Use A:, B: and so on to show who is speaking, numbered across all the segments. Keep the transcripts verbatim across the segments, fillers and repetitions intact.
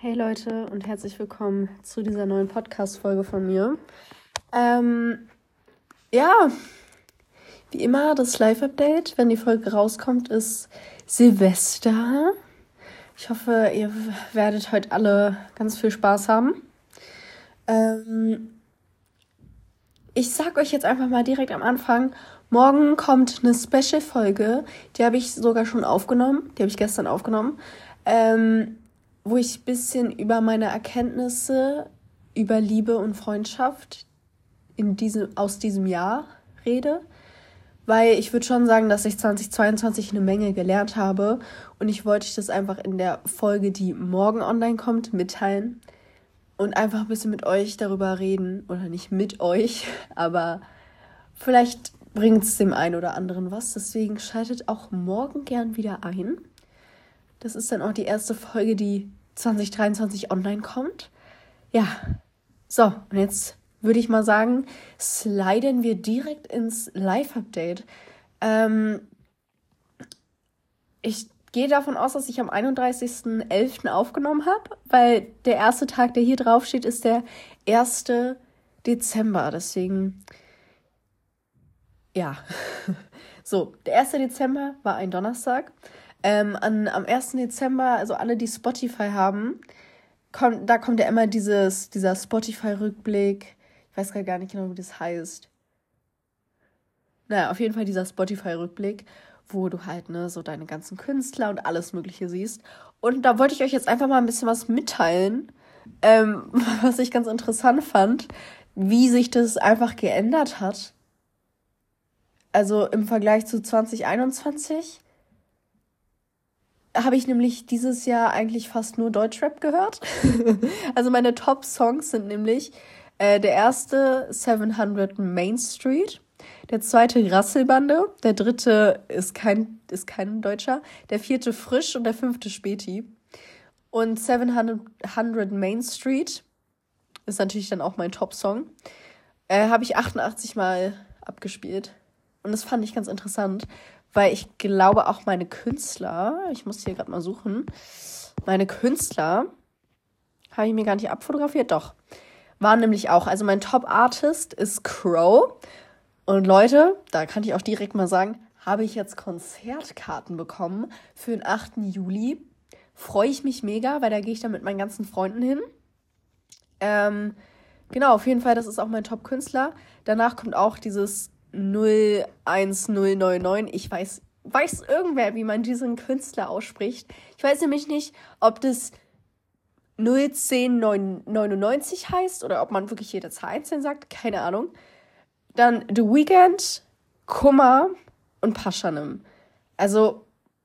A: Hey Leute und herzlich willkommen zu dieser neuen Podcast-Folge von mir. Ähm, ja, wie immer das Live-Update, wenn die Folge rauskommt, ist Silvester. Ich hoffe, ihr werdet heute alle ganz viel Spaß haben. Ähm, ich sag euch jetzt einfach mal direkt am Anfang, morgen kommt eine Special-Folge, die habe ich sogar schon aufgenommen, die habe ich gestern aufgenommen, ähm, wo ich ein bisschen über meine Erkenntnisse über Liebe und Freundschaft in diesem, aus diesem Jahr rede. Weil ich würde schon sagen, dass ich zweitausendzweiundzwanzig eine Menge gelernt habe. Und ich wollte euch das einfach in der Folge, die morgen online kommt, mitteilen. Und einfach ein bisschen mit euch darüber reden. Oder nicht mit euch, aber vielleicht bringt es dem einen oder anderen was. Deswegen schaltet auch morgen gern wieder ein. Das ist dann auch die erste Folge, die zwanzig dreiundzwanzig online kommt. Ja, so, und jetzt würde ich mal sagen, sliden wir direkt ins Live-Update. Ähm, ich gehe davon aus, dass ich am einunddreißigsten elften aufgenommen habe, weil der erste Tag, der hier drauf steht, ist der erste Dezember. Deswegen, ja. So, der erste Dezember war ein Donnerstag. Ähm, an, am ersten Dezember, also alle, die Spotify haben, kommt, da kommt ja immer dieses, dieser Spotify-Rückblick. Ich weiß gar nicht genau, wie das heißt. Naja, auf jeden Fall dieser Spotify-Rückblick, wo du halt, ne, so deine ganzen Künstler und alles Mögliche siehst. Und da wollte ich euch jetzt einfach mal ein bisschen was mitteilen, ähm, was ich ganz interessant fand, wie sich das einfach geändert hat. Also im Vergleich zu zwanzig einundzwanzig habe ich nämlich dieses Jahr eigentlich fast nur Deutschrap gehört. Also meine Top-Songs sind nämlich äh, der erste siebenhundert Main Street, der zweite Rasselbande, der dritte ist kein, ist kein Deutscher, der vierte Frisch und der fünfte Späti. Und siebenhundert Main Street ist natürlich dann auch mein Top-Song. Äh, habe ich achtundachtzig Mal abgespielt. Und das fand ich ganz interessant, weil ich glaube auch meine Künstler, ich muss hier gerade mal suchen, meine Künstler, habe ich mir gar nicht abfotografiert, doch, waren nämlich auch, also mein Top-Artist ist Crow. Und Leute, da kann ich auch direkt mal sagen, habe ich jetzt Konzertkarten bekommen für den achten Juli. Freue ich mich mega, weil da gehe ich dann mit meinen ganzen Freunden hin. Ähm, genau, auf jeden Fall, das ist auch mein Top-Künstler. Danach kommt auch dieses null eins null neun neun. Ich weiß, weiß irgendwer, wie man diesen Künstler ausspricht. Ich weiß nämlich nicht, ob das null eins null neunundneunzig heißt oder ob man wirklich jede Zahl einzeln sagt. Keine Ahnung. Dann The Weeknd, Kummer und Paschanim. Also,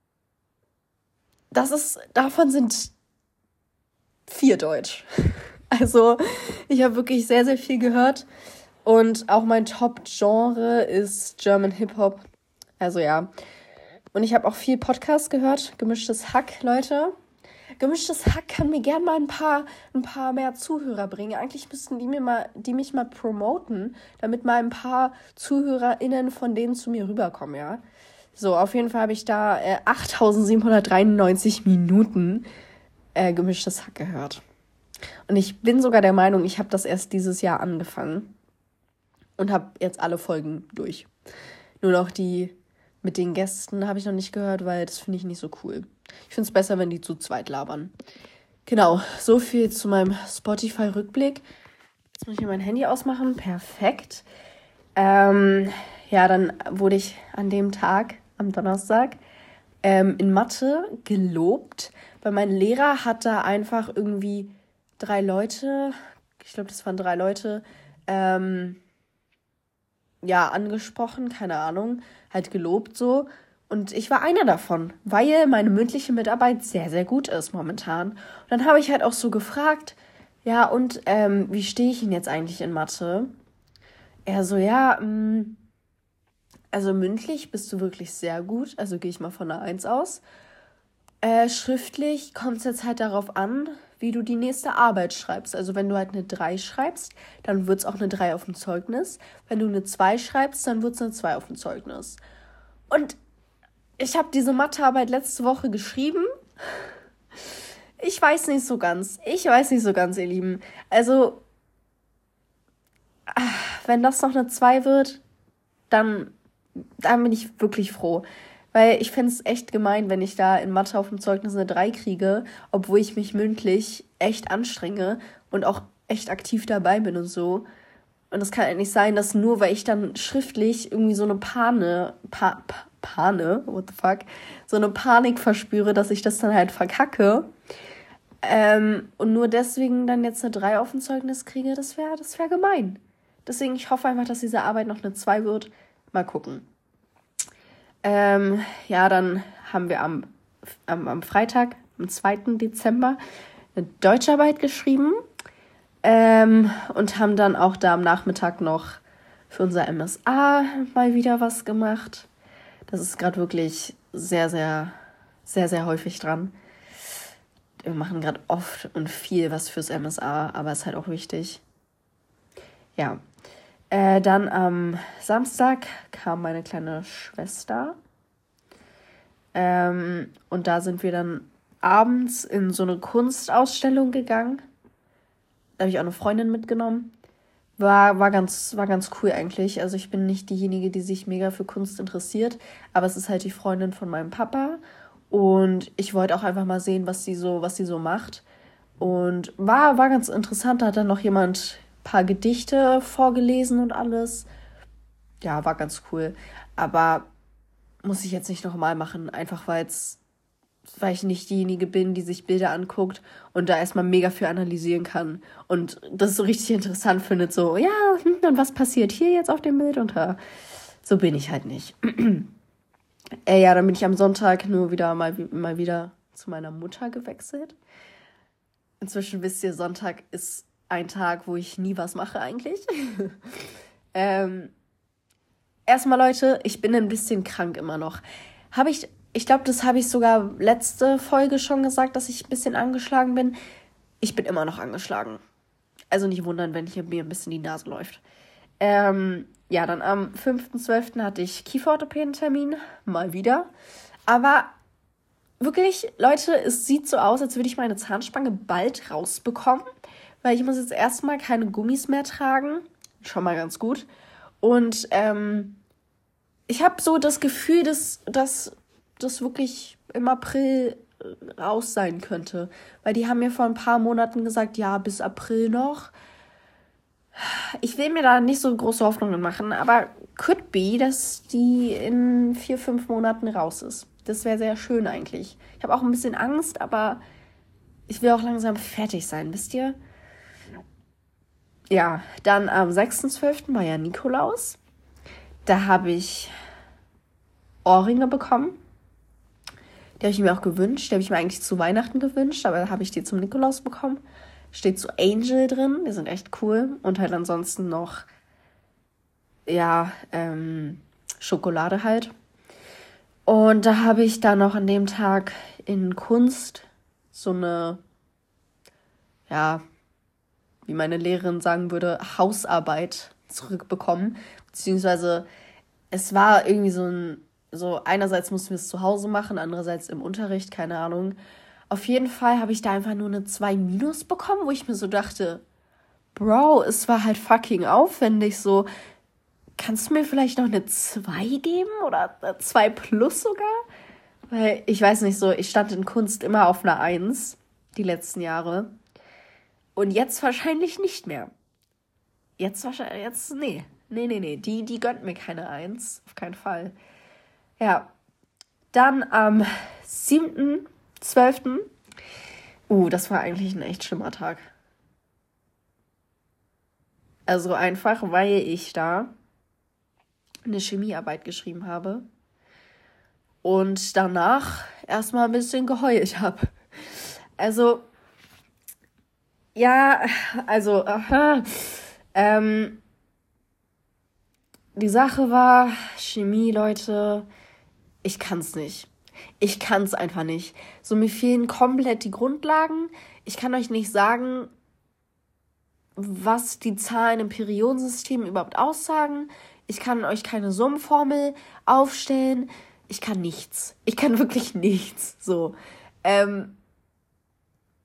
A: das ist, davon sind vier Deutsch. Also, ich habe wirklich sehr, sehr viel gehört. Und auch mein Top-Genre ist German Hip-Hop. Also ja. Und ich habe auch viel Podcast gehört. Gemischtes Hack, Leute. Gemischtes Hack kann mir gern mal ein paar, ein paar mehr Zuhörer bringen. Eigentlich müssten die, mir mal, die mich mal promoten, damit mal ein paar ZuhörerInnen von denen zu mir rüberkommen, ja. So, auf jeden Fall habe ich da äh, achttausendsiebenhundertdreiundneunzig Minuten äh, Gemischtes Hack gehört. Und ich bin sogar der Meinung, ich habe das erst dieses Jahr angefangen. Und habe jetzt alle Folgen durch. Nur noch die mit den Gästen habe ich noch nicht gehört, weil das finde ich nicht so cool. Ich finde es besser, wenn die zu zweit labern. Genau, so viel zu meinem Spotify-Rückblick. Jetzt muss ich hier mein Handy ausmachen. Perfekt. Ähm, ja, dann wurde ich an dem Tag, am Donnerstag, ähm, in Mathe gelobt. Weil mein Lehrer hat da einfach irgendwie drei Leute, ich glaube, das waren drei Leute, ähm, ja, angesprochen, keine Ahnung, halt gelobt so. Und ich war einer davon, weil meine mündliche Mitarbeit sehr, sehr gut ist momentan. Und dann habe ich halt auch so gefragt, ja, und ähm, wie stehe ich denn jetzt eigentlich in Mathe? Er so, ja, mh, also mündlich bist du wirklich sehr gut, also gehe ich mal von einer Eins aus. Äh, schriftlich kommt es jetzt halt darauf an, wie du die nächste Arbeit schreibst. Also wenn du halt eine drei schreibst, dann wird es auch eine drei auf dem Zeugnis. Wenn du eine zwei schreibst, dann wird es eine zwei auf dem Zeugnis. Und ich habe diese Mathearbeit letzte Woche geschrieben. Ich weiß nicht so ganz. Ich weiß nicht so ganz, ihr Lieben. Also, wenn das noch eine zwei wird, dann, dann bin ich wirklich froh. Weil ich fände es echt gemein, wenn ich da in Mathe auf dem Zeugnis eine drei kriege, obwohl ich mich mündlich echt anstrenge und auch echt aktiv dabei bin und so. Und es kann ja nicht sein, dass nur weil ich dann schriftlich irgendwie so eine Pane, pa, pa, Pane, what the fuck, so eine Panik verspüre, dass ich das dann halt verkacke. Ähm, und nur deswegen dann jetzt eine drei auf dem Zeugnis kriege, das wäre das wär gemein. Deswegen, ich hoffe einfach, dass diese Arbeit noch eine zwei wird. Mal gucken. Ähm, ja, dann haben wir am, am, am Freitag, am zweiten Dezember, eine Deutscharbeit geschrieben. Ähm, und haben dann auch da am Nachmittag noch für unser M S A mal wieder was gemacht. Das ist gerade wirklich sehr, sehr, sehr, sehr häufig dran. Wir machen gerade oft und viel was fürs M S A, aber ist halt auch wichtig. Ja. Äh, dann am Samstag kam meine kleine Schwester. Ähm, und da sind wir dann abends in so eine Kunstausstellung gegangen. Da habe ich auch eine Freundin mitgenommen. War, war, ganz, war ganz cool eigentlich. Also ich bin nicht diejenige, die sich mega für Kunst interessiert, aber es ist halt die Freundin von meinem Papa. Und ich wollte auch einfach mal sehen, was sie so, was sie so macht. Und war, war ganz interessant. Da hat dann noch jemand ein paar Gedichte vorgelesen und alles. Ja, war ganz cool. Aber muss ich jetzt nicht nochmal machen, einfach weil's, weil ich nicht diejenige bin, die sich Bilder anguckt und da erstmal mega viel analysieren kann. Und das so richtig interessant findet, so, ja, und was passiert hier jetzt auf dem Bild? Und ja, so bin ich halt nicht. äh, ja, dann bin ich am Sonntag nur wieder mal, mal wieder zu meiner Mutter gewechselt. Inzwischen wisst ihr, Sonntag ist ein Tag, wo ich nie was mache eigentlich. ähm, erstmal, Leute, ich bin ein bisschen krank immer noch. Habe ich, ich glaube, das habe ich sogar letzte Folge schon gesagt, dass ich ein bisschen angeschlagen bin. Ich bin immer noch angeschlagen. Also nicht wundern, wenn hier mir ein bisschen die Nase läuft. Ähm, ja, dann am fünften zwölften hatte ich Kieferorthopädentermin. Mal wieder. Aber wirklich, Leute, es sieht so aus, als würde ich meine Zahnspange bald rausbekommen. Weil ich muss jetzt erstmal keine Gummis mehr tragen. Schon mal ganz gut. Und ähm, ich habe so das Gefühl, dass das wirklich im April raus sein könnte. Weil die haben mir vor ein paar Monaten gesagt, ja, bis April noch. Ich will mir da nicht so große Hoffnungen machen, aber could be, dass die in vier, fünf Monaten raus ist. Das wäre sehr schön eigentlich. Ich habe auch ein bisschen Angst, aber ich will auch langsam fertig sein, wisst ihr? Ja, dann am sechsten zwölften war ja Nikolaus. Da habe ich Ohrringe bekommen. Die habe ich mir auch gewünscht. Die habe ich mir eigentlich zu Weihnachten gewünscht, aber da habe ich die zum Nikolaus bekommen. Steht so Angel drin, die sind echt cool. Und halt ansonsten noch, ja, ähm, Schokolade halt. Und da habe ich dann noch an dem Tag in Kunst so eine, ja, wie meine Lehrerin sagen würde, Hausarbeit zurückbekommen. Beziehungsweise es war irgendwie so ein, so einerseits mussten wir es zu Hause machen, andererseits im Unterricht, keine Ahnung. Auf jeden Fall habe ich da einfach nur eine zwei minus bekommen, wo ich mir so dachte, Bro, es war halt fucking aufwendig, so, kannst du mir vielleicht noch eine zwei geben oder eine zwei plus sogar? Weil, ich weiß nicht so, ich stand in Kunst immer auf einer eins, die letzten Jahre. Und jetzt wahrscheinlich nicht mehr. Jetzt wahrscheinlich, jetzt, nee. Nee, nee, nee, die, die gönnt mir keine eins, auf keinen Fall. Ja, dann am siebten zwölften Uh, das war eigentlich ein echt schlimmer Tag. Also einfach, weil ich da eine Chemiearbeit geschrieben habe und danach erstmal ein bisschen geheult habe. Also, ja, also, aha, ähm, die Sache war, Chemie, Leute, ich kann's nicht. Ich kann's einfach nicht. So, mir fehlen komplett die Grundlagen. Ich kann euch nicht sagen, was die Zahlen im Periodensystem überhaupt aussagen. Ich kann euch keine Summenformel aufstellen. Ich kann nichts. Ich kann wirklich nichts. So, ähm,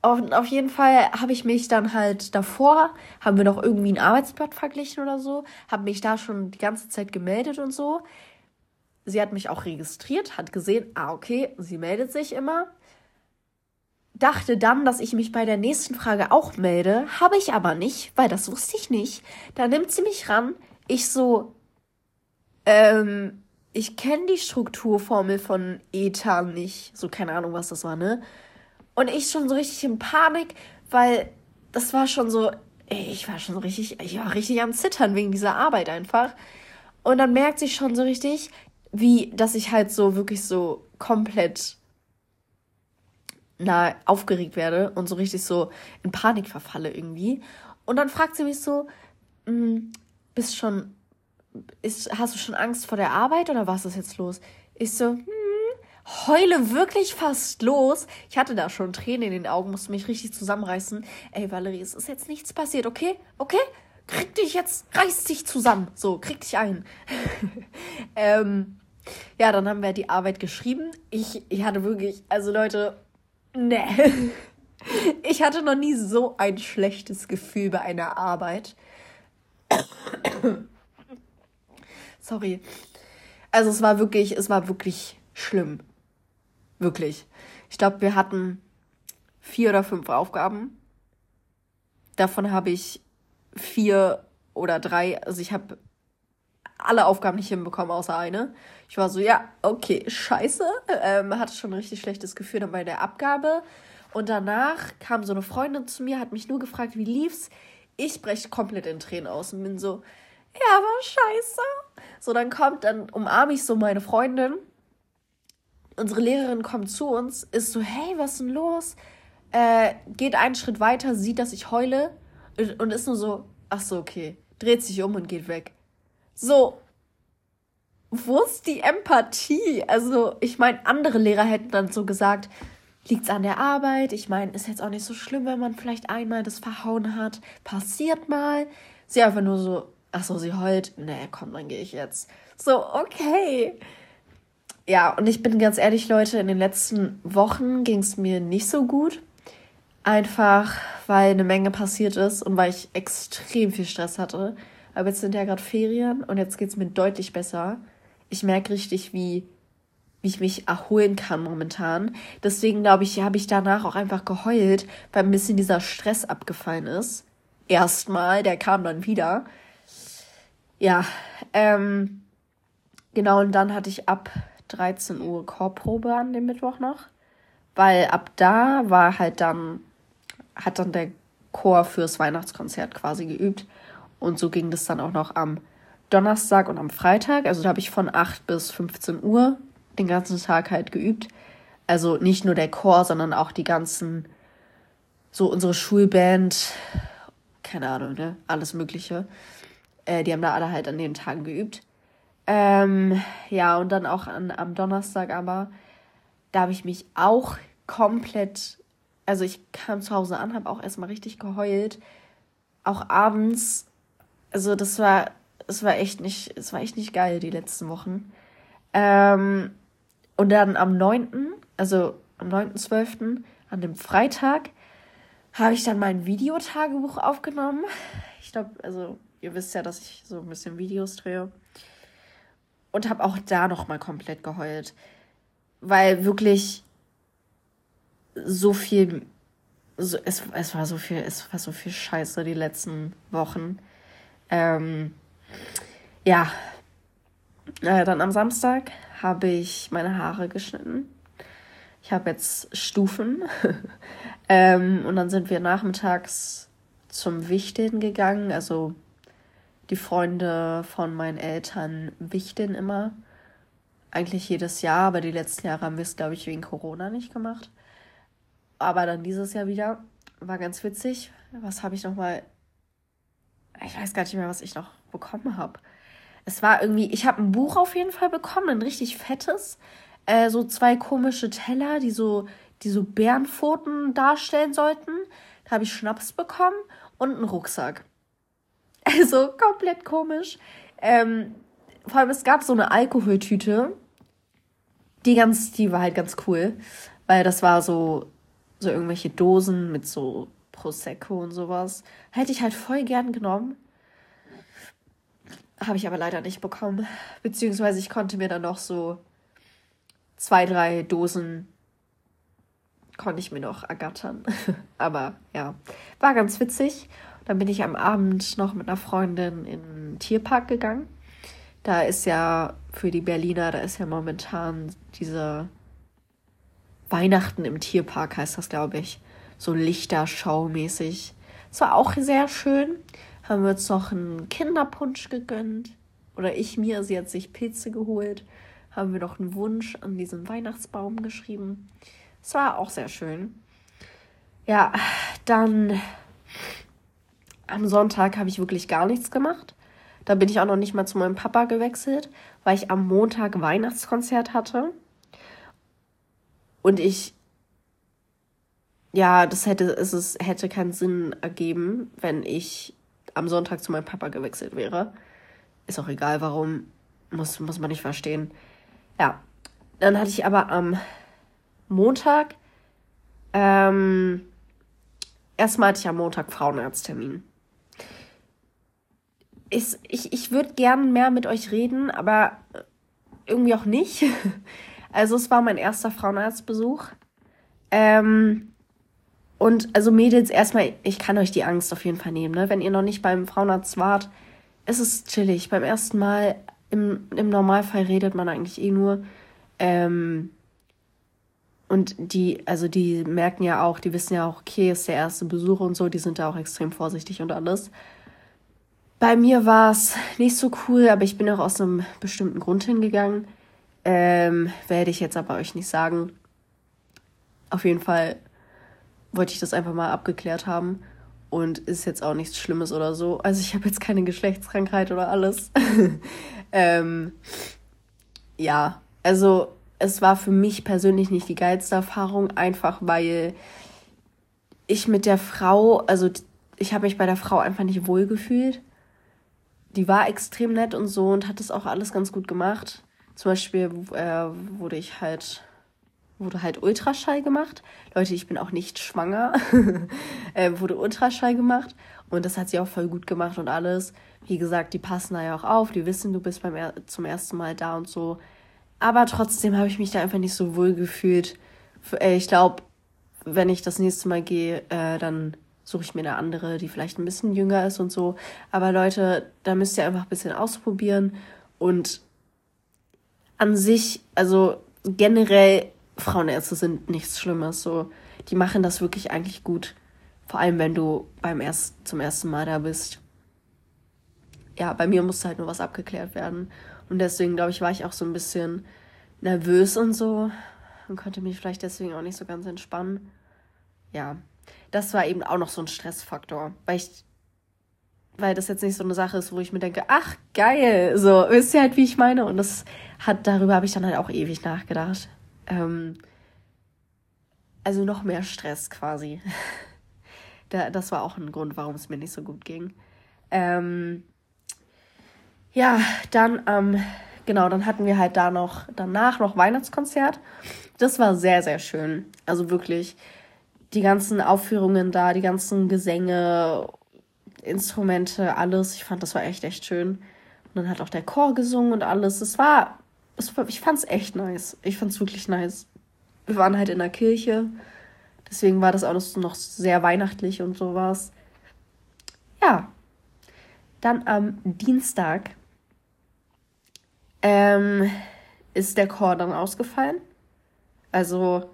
A: auf, auf jeden Fall habe ich mich dann halt davor, haben wir noch irgendwie ein Arbeitsblatt verglichen oder so, habe mich da schon die ganze Zeit gemeldet und so. Sie hat mich auch registriert, hat gesehen, ah, okay, sie meldet sich immer. Dachte dann, dass ich mich bei der nächsten Frage auch melde, habe ich aber nicht, weil das wusste ich nicht. Da nimmt sie mich ran, ich so, ähm, ich kenne die Strukturformel von Eta nicht, so keine Ahnung, was das war, ne? Und ich schon so richtig in Panik, weil das war schon so, ey, ich war schon so richtig, ich war richtig am Zittern wegen dieser Arbeit einfach. Und dann merkt sie schon so richtig, wie, dass ich halt so wirklich so komplett na, aufgeregt werde und so richtig so in Panik verfalle irgendwie. Und dann fragt sie mich so, "Mm, bist schon, ist, hast du schon Angst vor der Arbeit oder was ist jetzt los?" Ich so, hm, heule wirklich fast los. Ich hatte da schon Tränen in den Augen, musste mich richtig zusammenreißen. Ey, Valerie, es ist jetzt nichts passiert, okay? Okay? Krieg dich jetzt, reiß dich zusammen. So, krieg dich ein. ähm, ja, dann haben wir die Arbeit geschrieben. Ich, ich hatte wirklich, also Leute, ne. Ich hatte noch nie so ein schlechtes Gefühl bei einer Arbeit. Sorry. Also es war wirklich, es war wirklich schlimm. Wirklich. Ich glaube, wir hatten vier oder fünf Aufgaben. Davon habe ich vier oder drei, also ich habe alle Aufgaben nicht hinbekommen, außer eine. Ich war so, ja, okay, scheiße. Ähm, hatte schon ein richtig schlechtes Gefühl dann bei der Abgabe. Und danach kam so eine Freundin zu mir, hat mich nur gefragt, wie lief's? Ich breche komplett in Tränen aus und bin so, ja, war scheiße. So, dann kommt, dann umarme ich so meine Freundin. Unsere Lehrerin kommt zu uns, ist so, hey, was ist denn los? Äh, geht einen Schritt weiter, sieht, dass ich heule und, und ist nur so, ach so, okay. Dreht sich um und geht weg. So, wo ist die Empathie? Also, ich meine, andere Lehrer hätten dann so gesagt, liegt's an der Arbeit? Ich meine, ist jetzt auch nicht so schlimm, wenn man vielleicht einmal das verhauen hat. Passiert mal. Sie einfach nur so, ach so, sie heult. Nee, komm, dann gehe ich jetzt. So, okay. Ja, und ich bin ganz ehrlich, Leute, in den letzten Wochen ging es mir nicht so gut. Einfach, weil eine Menge passiert ist und weil ich extrem viel Stress hatte. Aber jetzt sind ja gerade Ferien und jetzt geht's mir deutlich besser. Ich merke richtig, wie, wie ich mich erholen kann momentan. Deswegen, glaube ich, habe ich danach auch einfach geheult, weil ein bisschen dieser Stress abgefallen ist. Erstmal, der kam dann wieder. Ja, ähm, genau, und dann hatte ich ab dreizehn Uhr Chorprobe an dem Mittwoch noch. Weil ab da war halt dann, hat dann der Chor fürs Weihnachtskonzert quasi geübt. Und so ging das dann auch noch am Donnerstag und am Freitag. Also da habe ich von acht bis fünfzehn Uhr den ganzen Tag halt geübt. Also nicht nur der Chor, sondern auch die ganzen, so unsere Schulband, keine Ahnung, ne, alles Mögliche. Äh, die haben da alle halt an den Tagen geübt. Ähm, ja, und dann auch an, am Donnerstag aber, da habe ich mich auch komplett, also ich kam zu Hause an, habe auch erstmal richtig geheult. Auch abends, also das war, es war echt nicht, es war echt nicht geil, die letzten Wochen. Ähm, und dann am neunten, also am neunten zwölften, an dem Freitag, habe ich dann mein Videotagebuch aufgenommen. Ich glaube, also ihr wisst ja, dass ich so ein bisschen Videos drehe. Und habe auch da nochmal komplett geheult. Weil wirklich so viel, so, es, es war so viel, es war so viel Scheiße die letzten Wochen. Ähm, ja, äh, dann am Samstag habe ich meine Haare geschnitten. Ich habe jetzt Stufen. ähm, und dann sind wir nachmittags zum Wichteln gegangen. Also die Freunde von meinen Eltern wichteln immer. Eigentlich jedes Jahr, aber die letzten Jahre haben wir es, glaube ich, wegen Corona nicht gemacht. Aber dann dieses Jahr wieder. War ganz witzig. Was habe ich nochmal... Ich weiß gar nicht mehr, was ich noch bekommen habe. Es war irgendwie... Ich habe ein Buch auf jeden Fall bekommen, ein richtig fettes. Äh, so zwei komische Teller, die so, die so Bärenpfoten darstellen sollten. Da habe ich Schnaps bekommen und einen Rucksack. Also komplett komisch. Ähm, vor allem, es gab so eine Alkoholtüte. Die ganz, die war halt ganz cool. Weil das war so, so irgendwelche Dosen mit so Prosecco und sowas. Hätte ich halt voll gern genommen. Habe ich aber leider nicht bekommen. Beziehungsweise ich konnte mir dann noch so zwei, drei Dosen konnte ich mir noch ergattern. Aber ja, war ganz witzig. Dann bin ich am Abend noch mit einer Freundin in den Tierpark gegangen. Da ist ja für die Berliner, da ist ja momentan diese Weihnachten im Tierpark, heißt das, glaube ich. So Lichterschau-mäßig. Es war auch sehr schön. Haben wir uns noch einen Kinderpunsch gegönnt. Oder ich mir, sie hat sich Pilze geholt. Haben wir noch einen Wunsch an diesen Weihnachtsbaum geschrieben. Es war auch sehr schön. Ja, dann am Sonntag habe ich wirklich gar nichts gemacht. Da bin ich auch noch nicht mal zu meinem Papa gewechselt, weil ich am Montag Weihnachtskonzert hatte. Und ich, ja, das hätte, es ist, hätte keinen Sinn ergeben, wenn ich am Sonntag zu meinem Papa gewechselt wäre. Ist auch egal, warum, muss, muss man nicht verstehen. Ja, dann hatte ich aber am Montag, ähm, erstmal hatte ich am Montag Frauenarzttermin. Ich, ich, ich würde gern mehr mit euch reden, aber irgendwie auch nicht. Also es war mein erster Frauenarztbesuch. Ähm, und also Mädels, erstmal, ich kann euch die Angst auf jeden Fall nehmen, ne? Wenn ihr noch nicht beim Frauenarzt wart, es ist chillig. Beim ersten Mal, im, im Normalfall redet man eigentlich eh nur. Ähm, und die, also die merken ja auch, die wissen ja auch, okay, ist der erste Besuch und so, die sind da auch extrem vorsichtig und alles. Bei mir war es nicht so cool, aber ich bin auch aus einem bestimmten Grund hingegangen. Ähm, werde ich jetzt aber euch nicht sagen. Auf jeden Fall wollte ich das einfach mal abgeklärt haben. Und ist jetzt auch nichts Schlimmes oder so. Also ich habe jetzt keine Geschlechtskrankheit oder alles. ähm, ja, also es war für mich persönlich nicht die geilste Erfahrung. Einfach weil ich mit der Frau, also ich habe mich bei der Frau einfach nicht wohl gefühlt. Die war extrem nett und so und hat das auch alles ganz gut gemacht. Zum Beispiel äh, wurde ich halt, wurde halt Ultraschall gemacht. Leute, ich bin auch nicht schwanger. äh, wurde Ultraschall gemacht und das hat sie auch voll gut gemacht und alles. Wie gesagt, die passen da ja auch auf, die wissen, du bist beim er- zum ersten Mal da und so. Aber trotzdem habe ich mich da einfach nicht so wohl gefühlt. F- äh, ich glaube, wenn ich das nächste Mal gehe, äh, dann suche ich mir eine andere, die vielleicht ein bisschen jünger ist und so. Aber Leute, da müsst ihr einfach ein bisschen ausprobieren und an sich, also generell, Frauenärzte sind nichts Schlimmes. So, die machen das wirklich eigentlich gut. Vor allem, wenn du beim erst, zum ersten Mal da bist. Ja, bei mir musste halt nur was abgeklärt werden. Und deswegen, glaube ich, war ich auch so ein bisschen nervös und so. Und konnte mich vielleicht deswegen auch nicht so ganz entspannen. Ja, das war eben auch noch so ein Stressfaktor. Weil ich weil das jetzt nicht so eine Sache ist, wo ich mir denke, ach, geil, so, wisst ihr halt, wie ich meine? Und das hat, darüber habe ich dann halt auch ewig nachgedacht. Ähm, also noch mehr Stress quasi. da, das war auch ein Grund, warum es mir nicht so gut ging. Ähm, ja, dann, ähm, genau, dann hatten wir halt da noch, danach noch Weihnachtskonzert. Das war sehr, sehr schön. Also wirklich, die ganzen Aufführungen da, die ganzen Gesänge, Instrumente, alles. Ich fand, das war echt, echt schön. Und dann hat auch der Chor gesungen und alles. Es war, es war ich fand's echt nice. Ich fand's wirklich nice. Wir waren halt in der Kirche. Deswegen war das auch noch sehr weihnachtlich und sowas. Ja. Dann am Dienstag ähm, ist der Chor dann ausgefallen. Also,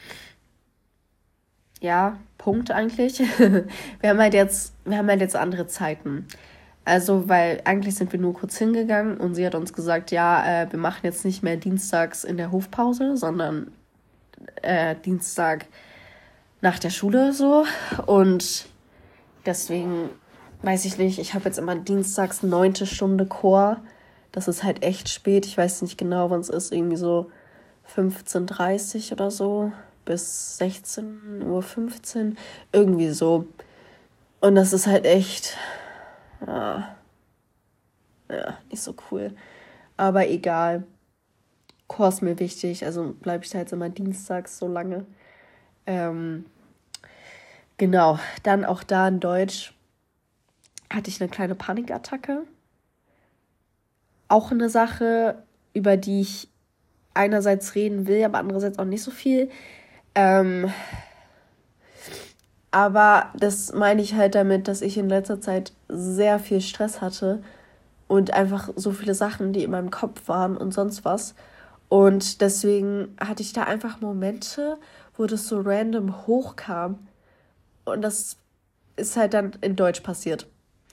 A: ja, Punkt eigentlich. Wir haben halt jetzt, wir haben halt jetzt andere Zeiten. Also, weil eigentlich sind wir nur kurz hingegangen und sie hat uns gesagt, ja, äh, wir machen jetzt nicht mehr dienstags in der Hofpause, sondern äh, Dienstag nach der Schule so. Und deswegen, weiß ich nicht, ich habe jetzt immer dienstags neunte Stunde Chor. Das ist halt echt spät. Ich weiß nicht genau, wann es ist. Irgendwie so fünfzehn Uhr dreißig oder so bis sechzehn Uhr fünfzehn. Irgendwie so. Und das ist halt echt... Ja, ja, nicht so cool. Aber egal. Chor ist mir wichtig, also bleibe ich da jetzt immer dienstags so lange. Ähm, Genau, dann auch da in Deutsch hatte ich eine kleine Panikattacke. Auch eine Sache, über die ich einerseits reden will, aber andererseits auch nicht so viel. Ähm, aber das meine ich halt damit, dass ich in letzter Zeit sehr viel Stress hatte und einfach so viele Sachen, die in meinem Kopf waren und sonst was. Und deswegen hatte ich da einfach Momente, wo das so random hochkam. Und das ist halt dann in Deutsch passiert.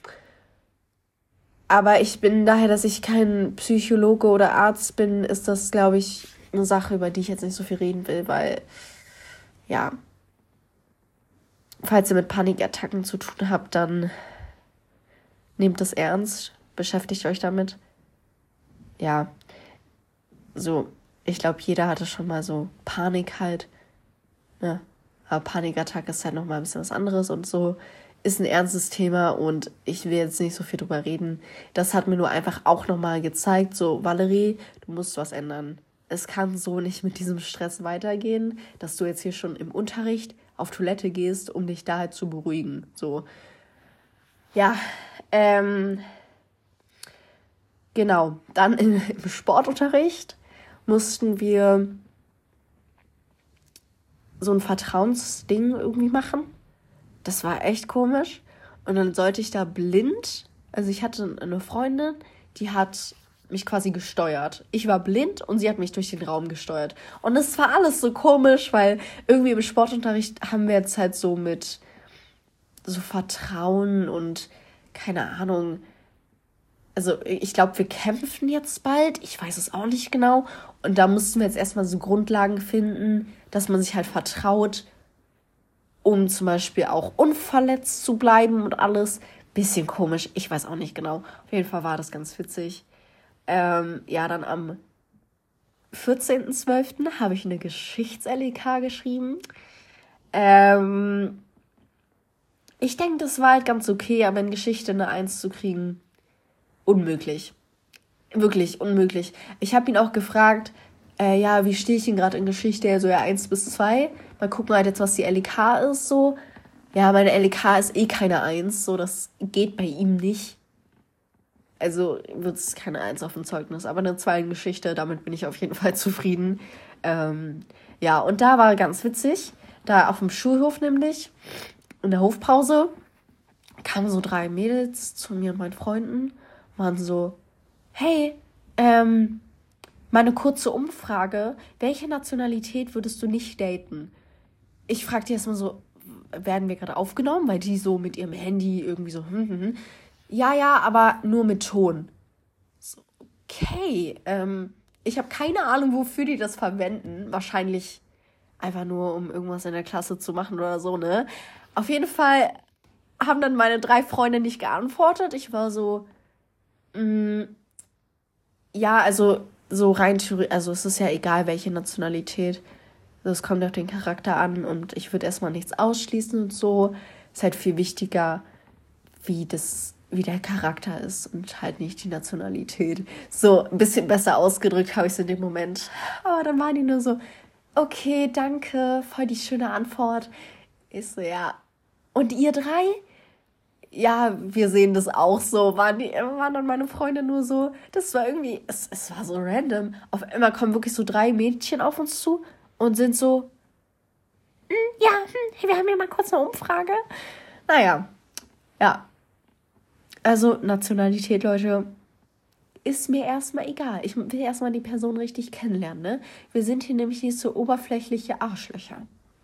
A: Aber ich bin daher, dass ich kein Psychologe oder Arzt bin, ist das, glaube ich, eine Sache, über die ich jetzt nicht so viel reden will, weil, ja, falls ihr mit Panikattacken zu tun habt, dann nehmt das ernst, beschäftigt euch damit. Ja, so, ich glaube, jeder hatte schon mal so Panik halt, ne? Aber Panikattacke ist halt nochmal ein bisschen was anderes und so ist ein ernstes Thema und ich will jetzt nicht so viel drüber reden. Das hat mir nur einfach auch nochmal gezeigt, so, Valerie, du musst was ändern. Es kann so nicht mit diesem Stress weitergehen, dass du jetzt hier schon im Unterricht auf Toilette gehst, um dich da halt zu beruhigen. So, ja, ähm, genau. Dann im Sportunterricht mussten wir so ein Vertrauensding irgendwie machen. Das war echt komisch. Und dann sollte ich da blind, also ich hatte eine Freundin, die hat mich quasi gesteuert. Ich war blind und sie hat mich durch den Raum gesteuert. Und es war alles so komisch, weil irgendwie im Sportunterricht haben wir jetzt halt so mit so Vertrauen und keine Ahnung. Also ich glaube, wir kämpfen jetzt bald. Ich weiß es auch nicht genau. Und da mussten wir jetzt erstmal so Grundlagen finden, dass man sich halt vertraut, um zum Beispiel auch unverletzt zu bleiben und alles. Bisschen komisch, ich weiß auch nicht genau. Auf jeden Fall war das ganz witzig. Ähm, ja, dann am vierzehnten zwölften habe ich eine Geschichts-L E K geschrieben. Ähm, ich denke, das war halt ganz okay, aber in Geschichte eine Eins zu kriegen, unmöglich. Wirklich unmöglich. Ich habe ihn auch gefragt, äh, ja, wie stehe ich denn gerade in Geschichte? Er so, ja, eins bis zwei. Mal gucken halt jetzt, was die L E K ist, so. Ja, meine L E K ist eh keine eins, so, das geht bei ihm nicht. Also wird es keine eins auf dem Zeugnis, aber eine zwei in Geschichte, damit bin ich auf jeden Fall zufrieden. Ähm, ja, und da war ganz witzig, da auf dem Schulhof nämlich, in der Hofpause, kamen so drei Mädels zu mir und meinen Freunden, waren so, hey, ähm, mal eine kurze Umfrage, welche Nationalität würdest du nicht daten? Ich fragte erstmal so, werden wir gerade aufgenommen? Weil die so mit ihrem Handy irgendwie so, hm, hm, hm. Ja, ja, aber nur mit Ton. So, okay, ähm, ich habe keine Ahnung, wofür die das verwenden. Wahrscheinlich einfach nur, um irgendwas in der Klasse zu machen oder so, ne? Auf jeden Fall haben dann meine drei Freunde nicht geantwortet. Ich war so, mh, ja, also so rein theoretisch, also es ist ja egal, welche Nationalität. Es kommt auf den Charakter an und ich würde erstmal nichts ausschließen und so. Ist halt viel wichtiger, wie das, wie der Charakter ist und halt nicht die Nationalität. So ein bisschen besser ausgedrückt habe ich es in dem Moment. Aber dann waren die nur so, okay, danke, voll die schöne Antwort. Ich so, ja. Und ihr drei? Ja, wir sehen das auch so. Waren, die, waren dann meine Freunde nur so, das war irgendwie, es, es war so random. Auf einmal kommen wirklich so drei Mädchen auf uns zu und sind so, "Hm, ja, hm, wir haben hier mal kurz eine Umfrage." Naja, ja. Also Nationalität, Leute, ist mir erstmal egal. Ich will erstmal die Person richtig kennenlernen, ne? Wir sind hier nämlich nicht so oberflächliche Arschlöcher.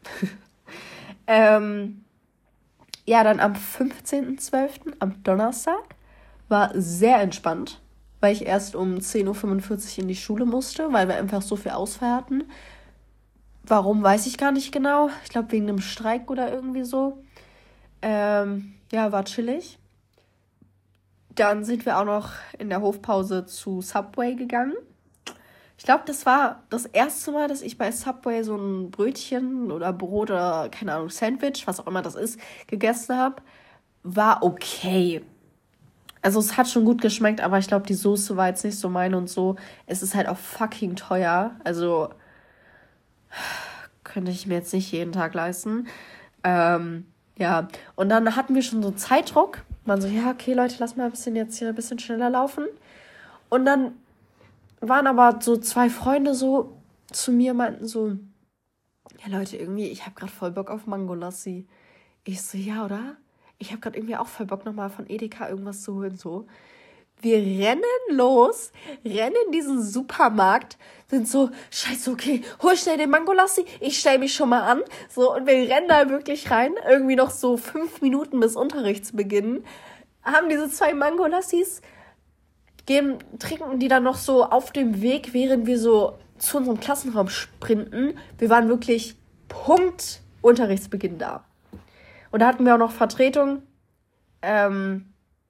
A: ähm, ja, dann am fünfzehnten zwölften, am Donnerstag, war sehr entspannt, weil ich erst um zehn Uhr fünfundvierzig in die Schule musste, weil wir einfach so viel Ausfall hatten. Warum, weiß ich gar nicht genau. Ich glaube, wegen einem Streik oder irgendwie so. Ähm, ja, war chillig. Dann sind wir auch noch in der Hofpause zu Subway gegangen. Ich glaube, das war das erste Mal, dass ich bei Subway so ein Brötchen oder Brot oder, keine Ahnung, Sandwich, was auch immer das ist, gegessen habe. War okay. Also es hat schon gut geschmeckt, aber ich glaube, die Soße war jetzt nicht so meine und so. Es ist halt auch fucking teuer. Also könnte ich mir jetzt nicht jeden Tag leisten. Ähm, Ja, und dann hatten wir schon so Zeitdruck. Man so, ja, okay, Leute, lass mal ein bisschen jetzt hier ein bisschen schneller laufen. Und dann waren aber so zwei Freunde so zu mir, meinten so, ja, Leute, irgendwie, ich habe gerade voll Bock auf Mangolassi. Ich so, ja, oder? Ich habe gerade irgendwie auch voll Bock, nochmal von Edeka irgendwas zu holen, so. Wir rennen los, rennen in diesen Supermarkt, sind so, scheiße, okay, hol schnell den Mangolassi, ich stell mich schon mal an. So, und wir rennen da wirklich rein, irgendwie noch so fünf Minuten bis Unterrichtsbeginn, haben diese zwei Mangolassis, geben, trinken die dann noch so auf dem Weg, während wir so zu unserem Klassenraum sprinten. Wir waren wirklich Punkt Unterrichtsbeginn da. Und da hatten wir auch noch Vertretung, ähm,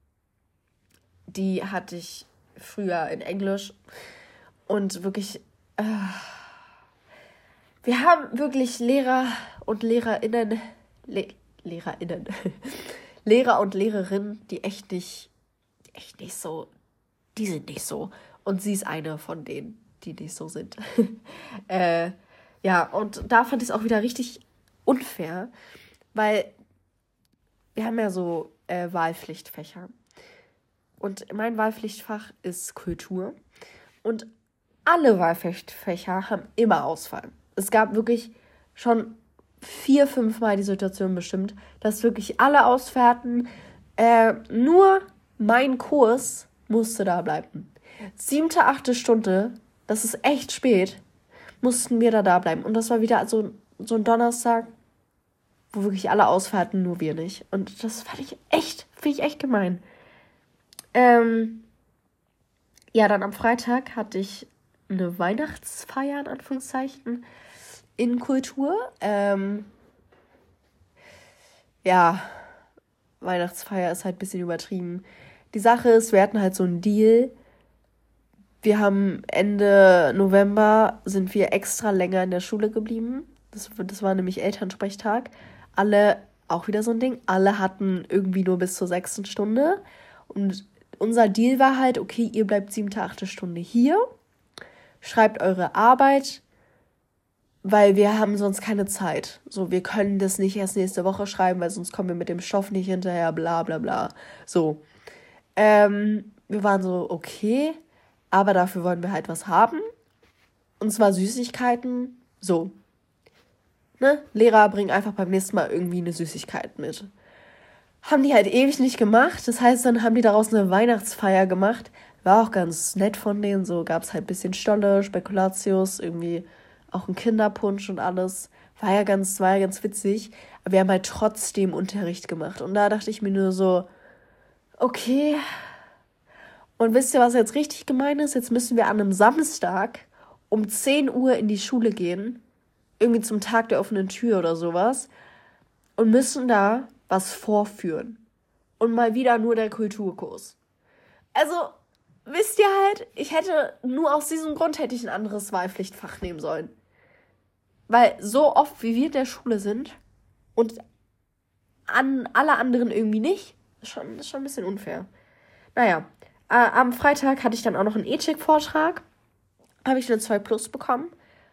A: die hatte ich früher in Englisch und wirklich, äh, wir haben wirklich Lehrer und LehrerInnen, Le- LehrerInnen, Lehrer und Lehrerinnen, die echt nicht, echt nicht so, die sind nicht so. Und sie ist eine von denen, die nicht so sind. äh, ja, und da fand ich es auch wieder richtig unfair, weil wir haben ja so äh, Wahlpflichtfächer. Und mein Wahlpflichtfach ist Kultur. Und alle Wahlpflichtfächer haben immer Ausfall. Es gab wirklich schon vier, fünf Mal die Situation bestimmt, dass wirklich alle ausfährten. Äh, nur mein Kurs musste da bleiben. Siebte, achte Stunde, das ist echt spät, mussten wir da da bleiben. Und das war wieder so, so ein Donnerstag, wo wirklich alle ausfährten, nur wir nicht. Und das fand ich echt, finde ich echt gemein. Ähm, ja, dann am Freitag hatte ich eine Weihnachtsfeier, in Anführungszeichen, in Kultur. Ähm, ja, Weihnachtsfeier ist halt ein bisschen übertrieben. Die Sache ist, wir hatten halt so einen Deal. Wir haben Ende November sind wir extra länger in der Schule geblieben. Das, das war nämlich Elternsprechtag. Alle, auch wieder so ein Ding, alle hatten irgendwie nur bis zur sechsten Stunde. Und unser Deal war halt, okay, ihr bleibt siebte, achte Stunde hier, schreibt eure Arbeit, weil wir haben sonst keine Zeit. So, wir können das nicht erst nächste Woche schreiben, weil sonst kommen wir mit dem Stoff nicht hinterher, bla bla bla. So. Ähm, wir waren so, okay, aber dafür wollen wir halt was haben. Und zwar Süßigkeiten. So. Ne? Lehrer bringen einfach beim nächsten Mal irgendwie eine Süßigkeit mit. Haben die halt ewig nicht gemacht. Das heißt, dann haben die daraus eine Weihnachtsfeier gemacht. War auch ganz nett von denen. So gab es halt ein bisschen Stolle, Spekulatius, irgendwie auch ein Kinderpunsch und alles. War ja ganz, war ja ganz witzig. Aber wir haben halt trotzdem Unterricht gemacht. Und da dachte ich mir nur so, okay. Und wisst ihr, was jetzt richtig gemein ist? Jetzt müssen wir an einem Samstag um zehn Uhr in die Schule gehen. Irgendwie zum Tag der offenen Tür oder sowas. Und müssen da was vorführen. Und mal wieder nur der Kulturkurs. Also, wisst ihr halt, ich hätte, nur aus diesem Grund hätte ich ein anderes Wahlpflichtfach nehmen sollen. Weil so oft, wie wir in der Schule sind und an alle anderen irgendwie nicht, ist schon, ist schon ein bisschen unfair. Naja, äh, am Freitag hatte ich dann auch noch einen Ethik-Vortrag. Habe ich eine zwei plus bekommen.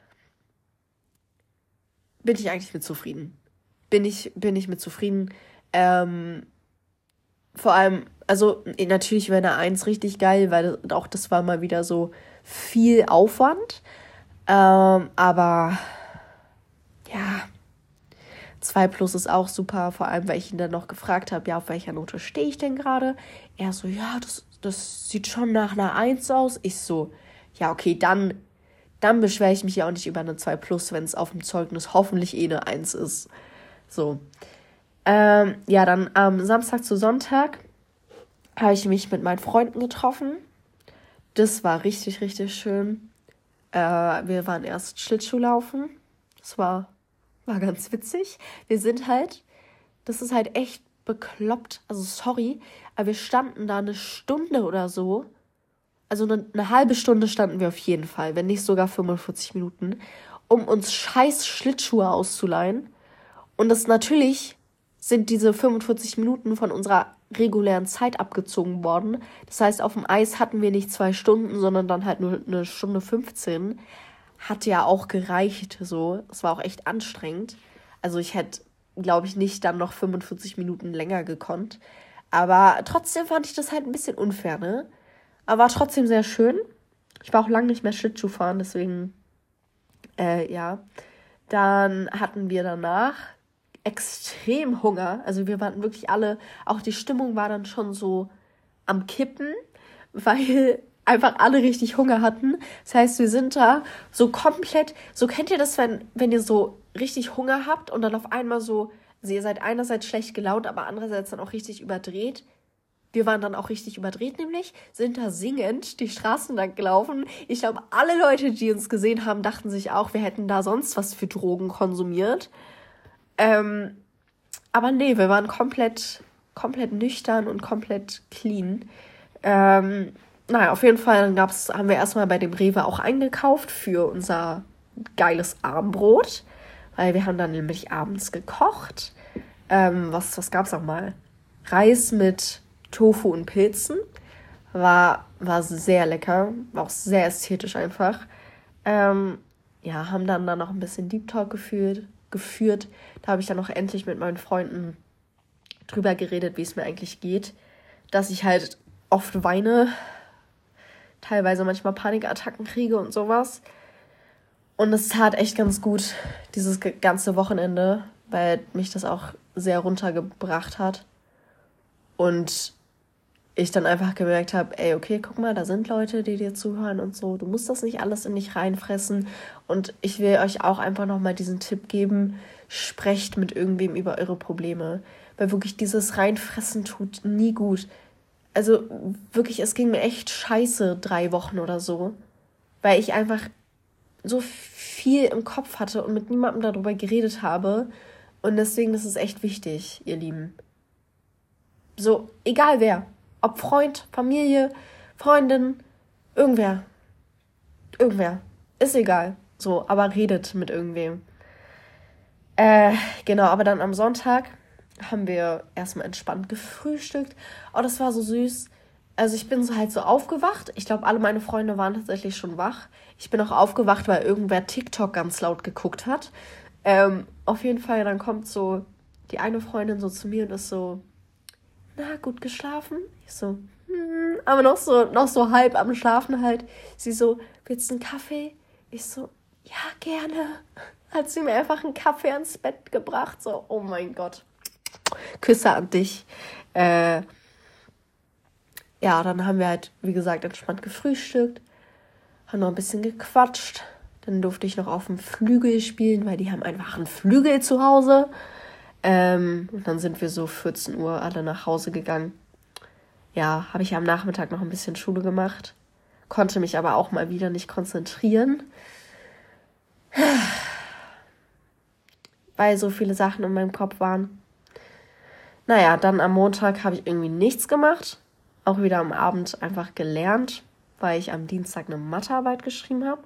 A: Bin ich eigentlich mit zufrieden. Bin ich, bin ich mit zufrieden. Ähm, vor allem, also natürlich wäre eine eins richtig geil, weil auch das war mal wieder so viel Aufwand. Ähm, aber ja, zwei plus ist auch super, vor allem, weil ich ihn dann noch gefragt habe, ja, auf welcher Note stehe ich denn gerade? Er so, ja, das, das sieht schon nach einer eins aus. Ich so, ja, okay, dann, dann beschwere ich mich ja auch nicht über eine zwei plus, wenn es auf dem Zeugnis hoffentlich eh eine eins ist. So. Ähm, ja, dann am Samstag zu Sonntag habe ich mich mit meinen Freunden getroffen. Das war richtig, richtig schön. Äh, wir waren erst Schlittschuhlaufen. Das war, war ganz witzig. Wir sind halt, das ist halt echt bekloppt. Also sorry, aber wir standen da eine Stunde oder so. Also eine, eine halbe Stunde standen wir auf jeden Fall, wenn nicht sogar fünfundvierzig Minuten, um uns scheiß Schlittschuhe auszuleihen. Und das natürlich sind diese fünfundvierzig Minuten von unserer regulären Zeit abgezogen worden. Das heißt, auf dem Eis hatten wir nicht zwei Stunden, sondern dann halt nur eine Stunde fünfzehn. Hat ja auch gereicht so. Es war auch echt anstrengend. Also ich hätte glaube ich, nicht dann noch fünfundvierzig Minuten länger gekonnt. Aber trotzdem fand ich das halt ein bisschen unfair, ne? Aber war trotzdem sehr schön. Ich war auch lange nicht mehr Schlittschuh fahren, deswegen, äh, ja. Dann hatten wir danach extrem Hunger. Also wir waren wirklich alle, auch die Stimmung war dann schon so am Kippen, weil einfach alle richtig Hunger hatten. Das heißt, wir sind da so komplett, so kennt ihr das, wenn, wenn ihr so richtig Hunger habt und dann auf einmal so, also ihr seid einerseits schlecht gelaunt, aber andererseits dann auch richtig überdreht. Wir waren dann auch richtig überdreht, nämlich sind da singend die Straßen lang gelaufen. Ich glaube, alle Leute, die uns gesehen haben, dachten sich auch, wir hätten da sonst was für Drogen konsumiert. Ähm, aber nee, wir waren komplett, komplett nüchtern und komplett clean. Ähm, naja, auf jeden Fall dann gab's, haben wir erstmal bei dem Rewe auch eingekauft für unser geiles Abendbrot, weil wir haben dann nämlich abends gekocht. Ähm, was was gab's auch mal? Reis mit Tofu und Pilzen. War, war sehr lecker, war auch sehr ästhetisch einfach. Ähm, ja, haben dann, dann noch ein bisschen Deep Talk geführt. geführt. Da habe ich dann auch endlich mit meinen Freunden drüber geredet, wie es mir eigentlich geht. Dass ich halt oft weine, teilweise manchmal Panikattacken kriege und sowas. Und es tat echt ganz gut, dieses ganze Wochenende, weil mich das auch sehr runtergebracht hat. Und ich dann einfach gemerkt habe, ey, okay, guck mal, da sind Leute, die dir zuhören und so. Du musst das nicht alles in dich reinfressen. Und ich will euch auch einfach nochmal diesen Tipp geben, sprecht mit irgendwem über eure Probleme. Weil wirklich dieses Reinfressen tut nie gut. Also wirklich, es ging mir echt scheiße drei Wochen oder so. Weil ich einfach so viel im Kopf hatte und mit niemandem darüber geredet habe. Und deswegen ist es echt wichtig, ihr Lieben. So, egal wer. Ob Freund, Familie, Freundin, irgendwer. Irgendwer. Ist egal. So, aber redet mit irgendwem. Äh, genau, aber dann am Sonntag haben wir erstmal entspannt gefrühstückt. Oh, das war so süß. Also ich bin so halt so aufgewacht. Ich glaube, alle meine Freunde waren tatsächlich schon wach. Ich bin auch aufgewacht, weil irgendwer TikTok ganz laut geguckt hat. Ähm, auf jeden Fall, dann kommt so die eine Freundin so zu mir und ist so, na, gut geschlafen? Ich so, hm, aber noch so, noch so halb am Schlafen halt. Sie so, willst du einen Kaffee? Ich so, ja, gerne. Hat sie mir einfach einen Kaffee ans Bett gebracht. So, oh mein Gott. Küsse an dich. Äh, ja, dann haben wir halt, wie gesagt, entspannt gefrühstückt. Haben noch ein bisschen gequatscht. Dann durfte ich noch auf dem Flügel spielen, weil die haben einfach einen Flügel zu Hause. Ähm, und dann sind wir so vierzehn Uhr alle nach Hause gegangen. Ja, habe ich am Nachmittag noch ein bisschen Schule gemacht. Konnte mich aber auch mal wieder nicht konzentrieren. Weil so viele Sachen in meinem Kopf waren. Naja, dann am Montag habe ich irgendwie nichts gemacht. Auch wieder am Abend einfach gelernt, weil ich am Dienstag eine Mathearbeit geschrieben habe.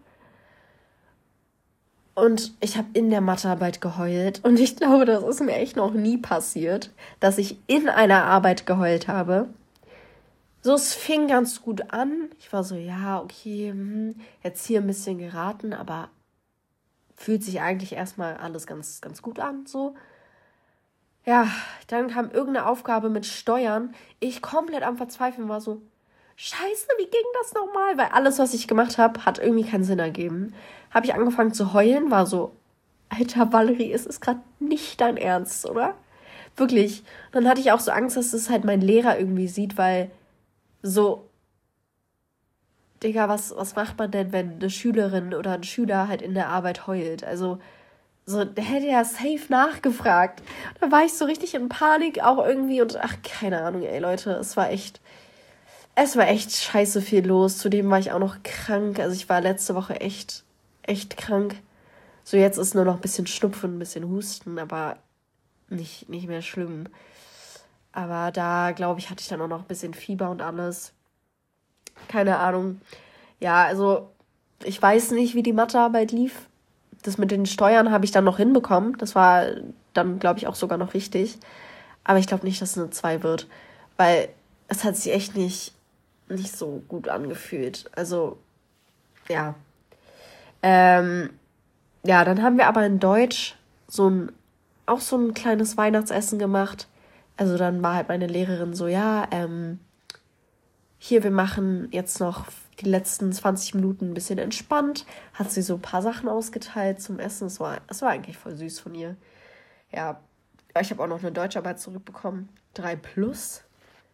A: Und ich habe in der Mathearbeit geheult. Und ich glaube, das ist mir echt noch nie passiert, dass ich in einer Arbeit geheult habe. So, es fing ganz gut an. Ich war so, ja, okay, hm, jetzt hier ein bisschen geraten, aber fühlt sich eigentlich erstmal alles ganz, ganz gut an, so. Ja, dann kam irgendeine Aufgabe mit Steuern. Ich komplett am Verzweifeln war so, scheiße, wie ging das nochmal? Weil alles, was ich gemacht habe, hat irgendwie keinen Sinn ergeben. Habe ich angefangen zu heulen, war so, Alter, Valerie, es ist gerade nicht dein Ernst, oder? Wirklich. Dann hatte ich auch so Angst, dass es halt mein Lehrer irgendwie sieht, weil so, Digga, was, was macht man denn, wenn eine Schülerin oder ein Schüler halt in der Arbeit heult? Also, so, der hätte ja safe nachgefragt. Da war ich so richtig in Panik auch irgendwie und ach, keine Ahnung, ey, Leute, es war echt, es war echt scheiße viel los. Zudem war ich auch noch krank. Also ich war letzte Woche echt, echt krank. So, jetzt ist nur noch ein bisschen Schnupfen, ein bisschen Husten, aber nicht, nicht mehr schlimm. Aber da, glaube ich, hatte ich dann auch noch ein bisschen Fieber und alles. Keine Ahnung. Ja, also ich weiß nicht, wie die Mathearbeit lief. Das mit den Steuern habe ich dann noch hinbekommen. Das war dann, glaube ich, auch sogar noch richtig. Aber ich glaube nicht, dass es eine zwei wird. Weil es hat sich echt nicht, nicht so gut angefühlt. Also, ja. Ähm, ja, dann haben wir aber in Deutsch so ein auch so ein kleines Weihnachtsessen gemacht. Also dann war halt meine Lehrerin so, ja, ähm, hier, wir machen jetzt noch die letzten zwanzig Minuten ein bisschen entspannt. Hat sie so ein paar Sachen ausgeteilt zum Essen. Es war, es war eigentlich voll süß von ihr. Ja, ich habe auch noch eine Deutscharbeit zurückbekommen. drei plus.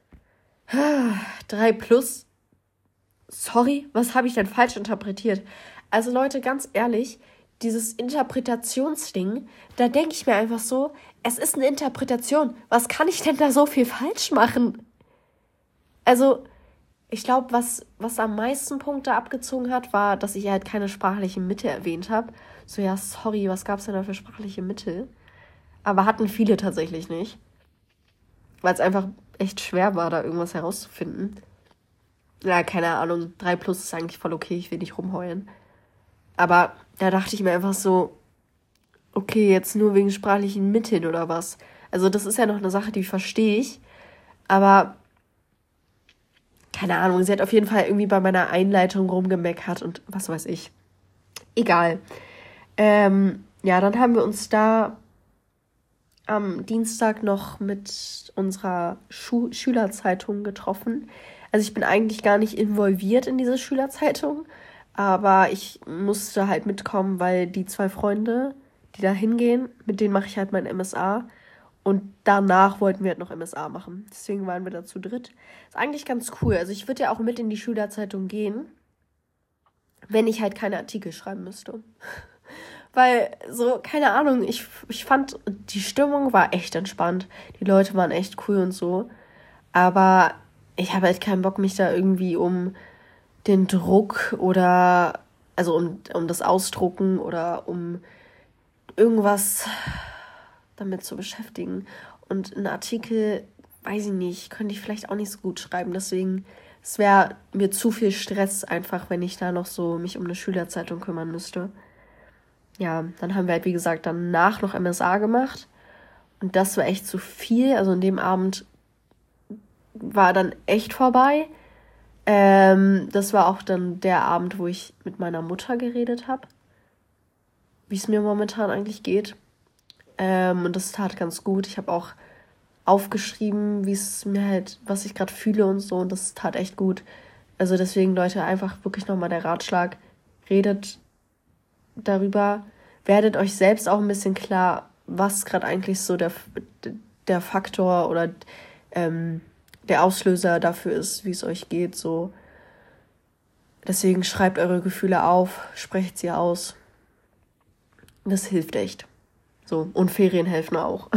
A: drei plus. Sorry, was habe ich denn falsch interpretiert? Also Leute, ganz ehrlich, dieses Interpretationsding, da denke ich mir einfach so, es ist eine Interpretation. Was kann ich denn da so viel falsch machen? Also, ich glaube, was, was am meisten Punkte abgezogen hat, war, dass ich halt keine sprachliche Mitte erwähnt habe. So, ja, sorry, was gab es denn da für sprachliche Mittel? Aber hatten viele tatsächlich nicht. Weil es einfach echt schwer war, da irgendwas herauszufinden. Ja, keine Ahnung, drei plus ist eigentlich voll okay, ich will nicht rumheulen. Aber da dachte ich mir einfach so, okay, jetzt nur wegen sprachlichen Mitteln oder was. Also das ist ja noch eine Sache, die verstehe ich. Aber keine Ahnung, sie hat auf jeden Fall irgendwie bei meiner Einleitung rumgemeckert und was weiß ich. Egal. Ähm, ja, dann haben wir uns da am Dienstag noch mit unserer Schu- Schülerzeitung getroffen. Also ich bin eigentlich gar nicht involviert in diese Schülerzeitung, aber ich musste halt mitkommen, weil die zwei Freunde, die da hingehen, mit denen mache ich halt mein M S A. Und danach wollten wir halt noch M S A machen. Deswegen waren wir da zu dritt. Ist eigentlich ganz cool. Also ich würde ja auch mit in die Schülerzeitung gehen, wenn ich halt keine Artikel schreiben müsste. Weil so, keine Ahnung, ich, ich fand, die Stimmung war echt entspannt. Die Leute waren echt cool und so. Aber ich habe halt keinen Bock, mich da irgendwie um den Druck oder, also um, um das Ausdrucken oder um irgendwas damit zu beschäftigen. Und einen Artikel, weiß ich nicht, könnte ich vielleicht auch nicht so gut schreiben. Deswegen, es wäre mir zu viel Stress einfach, wenn ich da noch so mich um eine Schülerzeitung kümmern müsste. Ja, dann haben wir halt, wie gesagt, danach noch M S A gemacht. Und das war echt zu viel. Also in dem Abend war dann echt vorbei. Ähm, das war auch dann der Abend, wo ich mit meiner Mutter geredet habe, wie es mir momentan eigentlich geht. Ähm, und das tat ganz gut. Ich habe auch aufgeschrieben, wie es mir halt, was ich gerade fühle und so. Und das tat echt gut. Also deswegen, Leute, einfach wirklich nochmal der Ratschlag. Redet darüber. Werdet euch selbst auch ein bisschen klar, was gerade eigentlich so der, der Faktor oder ähm, der Auslöser dafür ist, wie es euch geht. So. Deswegen schreibt eure Gefühle auf, sprecht sie aus. Das hilft echt. So, und Ferien helfen auch.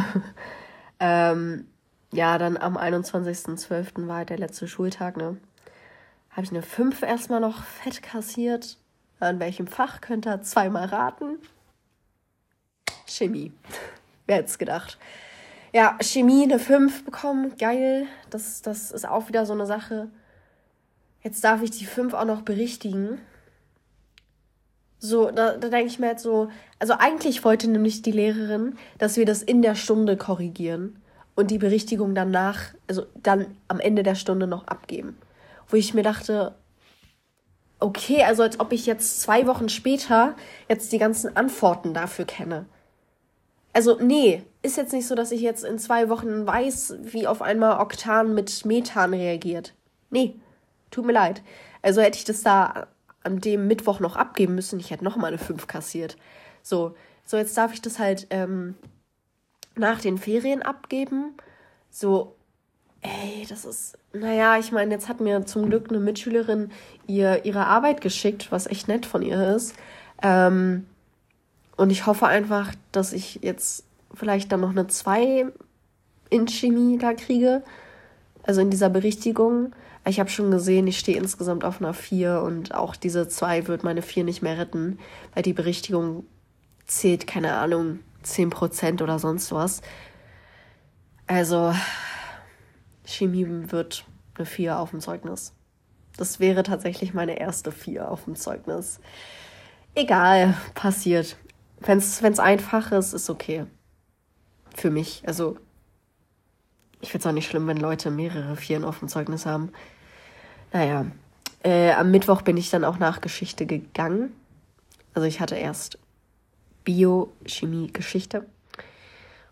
A: ähm, ja, dann am einundzwanzigsten zwölften war halt der letzte Schultag, ne? Habe ich eine fünf erstmal noch fett kassiert. An welchem Fach könnt ihr zweimal raten? Chemie. Wer hätte es gedacht? Ja, Chemie eine fünf bekommen, geil. Das, das ist auch wieder so eine Sache. Jetzt darf ich die fünf auch noch berichtigen. So, da, da denke ich mir jetzt so, also eigentlich wollte nämlich die Lehrerin, dass wir das in der Stunde korrigieren und die Berichtigung danach, also dann am Ende der Stunde noch abgeben. Wo ich mir dachte, okay, also als ob ich jetzt zwei Wochen später jetzt die ganzen Antworten dafür kenne. Also nee, ist jetzt nicht so, dass ich jetzt in zwei Wochen weiß, wie auf einmal Oktan mit Methan reagiert. Nee, tut mir leid. Also hätte ich das da an dem Mittwoch noch abgeben müssen, ich hätte nochmal eine fünf kassiert. So, so jetzt darf ich das halt ähm, nach den Ferien abgeben. So, ey, das ist, naja, ich meine, jetzt hat mir zum Glück eine Mitschülerin ihr ihre Arbeit geschickt, was echt nett von ihr ist. Ähm, und ich hoffe einfach, dass ich jetzt vielleicht dann noch eine zwei in Chemie da kriege. Also in dieser Berichtigung. Ich habe schon gesehen, ich stehe insgesamt auf einer vier und auch diese zwei wird meine vier nicht mehr retten, weil die Berichtigung zählt, keine Ahnung, zehn Prozent oder sonst was. Also Chemie wird eine vier auf dem Zeugnis. Das wäre tatsächlich meine erste vier auf dem Zeugnis. Egal, passiert. Wenn es einfach ist, ist okay. Für mich. Also, ich finde es auch nicht schlimm, wenn Leute mehrere Vieren auf dem Zeugnis haben. Naja, äh, am Mittwoch bin ich dann auch nach Geschichte gegangen. Also ich hatte erst Bio, Chemie, Geschichte.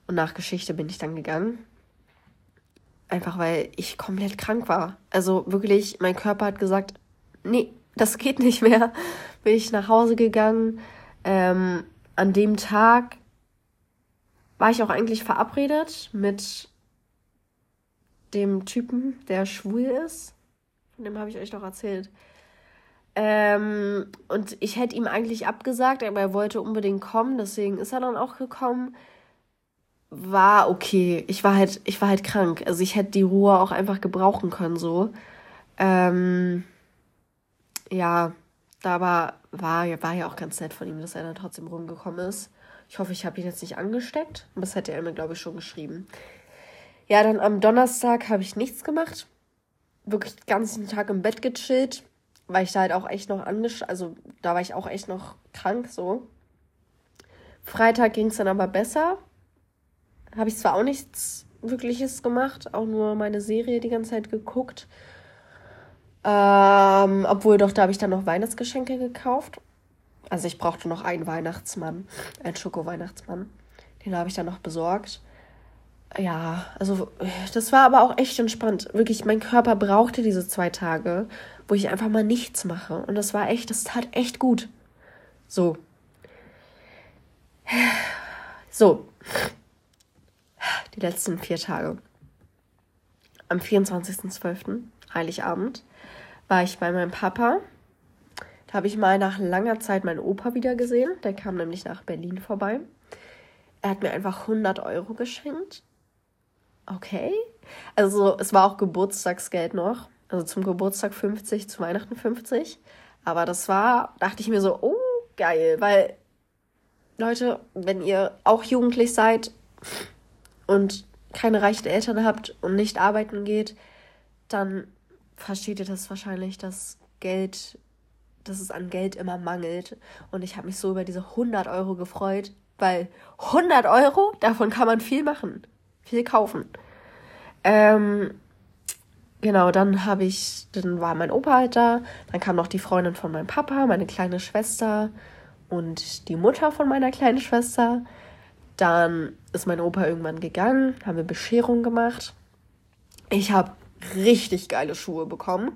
A: Und nach Geschichte bin ich dann gegangen. Einfach weil ich komplett krank war. Also wirklich, mein Körper hat gesagt, nee, das geht nicht mehr. Bin ich nach Hause gegangen. Ähm, an dem Tag war ich auch eigentlich verabredet mit dem Typen, der schwul ist. Von dem habe ich euch doch erzählt. Ähm, und ich hätte ihm eigentlich abgesagt, aber er wollte unbedingt kommen, deswegen ist er dann auch gekommen. War okay. Ich war halt, ich war halt krank. Also ich hätte die Ruhe auch einfach gebrauchen können, so. Ähm, ja, da war, war, war ja auch ganz nett von ihm, dass er dann trotzdem rumgekommen ist. Ich hoffe, ich habe ihn jetzt nicht angesteckt. Das hätte er mir, glaube ich, schon geschrieben. Ja, dann am Donnerstag habe ich nichts gemacht. Wirklich den ganzen Tag im Bett gechillt, weil ich da halt auch echt noch angesch... Also da war ich auch echt noch krank, so. Freitag ging es dann aber besser. Habe ich zwar auch nichts Wirkliches gemacht, auch nur meine Serie die ganze Zeit geguckt. Ähm, obwohl doch, da habe ich dann noch Weihnachtsgeschenke gekauft. Also ich brauchte noch einen Weihnachtsmann, einen Schoko-Weihnachtsmann. Den habe ich dann noch besorgt. Ja, also das war aber auch echt entspannt. Wirklich, mein Körper brauchte diese zwei Tage, wo ich einfach mal nichts mache. Und das war echt, das tat echt gut. So. So. Die letzten vier Tage. Am vierundzwanzigsten zwölften, Heiligabend, war ich bei meinem Papa. Da habe ich mal nach langer Zeit meinen Opa wieder gesehen. Der kam nämlich nach Berlin vorbei. Er hat mir einfach hundert Euro geschenkt. Okay. Also es war auch Geburtstagsgeld noch. Also zum Geburtstag fünfzig, zu Weihnachten fünfzig. Aber das war, dachte ich mir so, oh, geil. Weil, Leute, wenn ihr auch jugendlich seid und keine reichen Eltern habt und nicht arbeiten geht, dann versteht ihr das wahrscheinlich, dass Geld, dass es an Geld immer mangelt. Und ich habe mich so über diese hundert Euro gefreut, weil hundert Euro, davon kann man viel machen. Viel kaufen. Ähm, genau, dann habe ich, dann war mein Opa halt da, dann kam noch die Freundin von meinem Papa, meine kleine Schwester und die Mutter von meiner kleinen Schwester. Dann ist mein Opa irgendwann gegangen, haben wir Bescherung gemacht. Ich habe richtig geile Schuhe bekommen.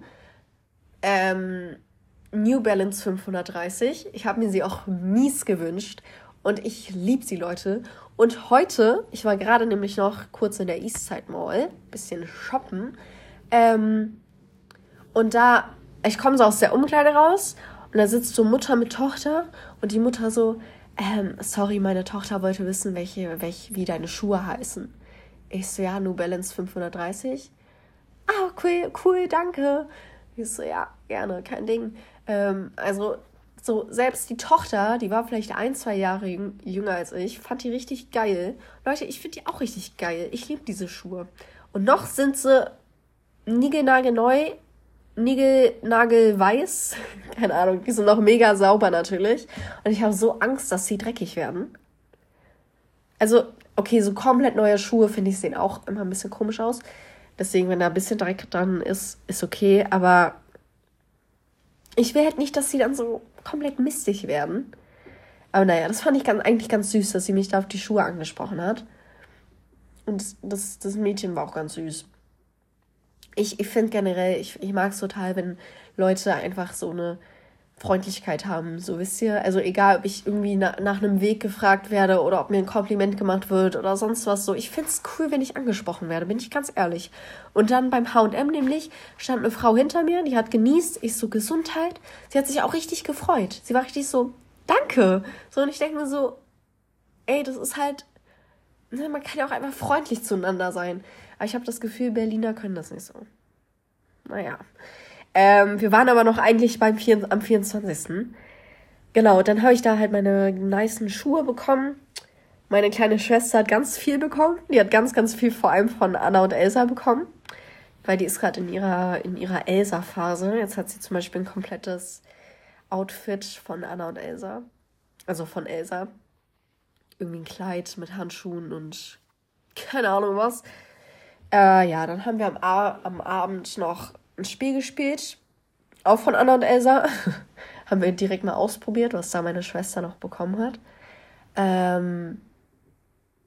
A: Ähm, New Balance fünfhundertdreißig. Ich habe mir sie auch mies gewünscht. Und ich liebe sie, Leute. Und heute, ich war gerade nämlich noch kurz in der Eastside Mall, bisschen shoppen. Ähm, und da, ich komme so aus der Umkleide raus und da sitzt so Mutter mit Tochter und die Mutter so, ähm, sorry, meine Tochter wollte wissen, welche, welche, wie deine Schuhe heißen. Ich so, ja, New Balance fünfhundertdreißig. Ah, cool, cool, danke. Ich so, ja, gerne, kein Ding. Ähm, also, so, selbst die Tochter, die war vielleicht ein, zwei Jahre jünger als ich, fand die richtig geil. Leute, ich finde die auch richtig geil. Ich liebe diese Schuhe. Und noch sind sie niegelnagelneu, niegelnagelweiß. Keine Ahnung, die sind noch mega sauber natürlich. Und ich habe so Angst, dass sie dreckig werden. Also, okay, so komplett neue Schuhe, finde ich, sehen auch immer ein bisschen komisch aus. Deswegen, wenn da ein bisschen Dreck dran ist, ist okay. Aber ich will halt nicht, dass sie dann so komplett mistig werden. Aber naja, das fand ich ganz, eigentlich ganz süß, dass sie mich da auf die Schuhe angesprochen hat. Und das, das, das Mädchen war auch ganz süß. Ich, ich finde generell, ich, ich mag es total, wenn Leute einfach so eine Freundlichkeit haben, so wisst ihr. Also egal, ob ich irgendwie na, nach einem Weg gefragt werde oder ob mir ein Kompliment gemacht wird oder sonst was so. Ich finde es cool, wenn ich angesprochen werde, bin ich ganz ehrlich. Und dann beim H und M nämlich stand eine Frau hinter mir, die hat genießt, ich so, Gesundheit. Sie hat sich auch richtig gefreut. Sie war richtig so, danke. So, und ich denke mir so, ey, das ist halt, man kann ja auch einfach freundlich zueinander sein. Aber ich habe das Gefühl, Berliner können das nicht so. Naja. Ähm, wir waren aber noch eigentlich beim vier, am vierundzwanzigsten Genau, dann habe ich da halt meine nicen Schuhe bekommen. Meine kleine Schwester hat ganz viel bekommen. Die hat ganz, ganz viel vor allem von Anna und Elsa bekommen. Weil die ist gerade in ihrer, in ihrer Elsa-Phase. Jetzt hat sie zum Beispiel ein komplettes Outfit von Anna und Elsa. Also von Elsa. Irgendwie ein Kleid mit Handschuhen und keine Ahnung was. Äh, ja, dann haben wir am, A- am Abend noch ein Spiel gespielt, auch von Anna und Elsa. Haben wir direkt mal ausprobiert, was da meine Schwester noch bekommen hat. Ähm,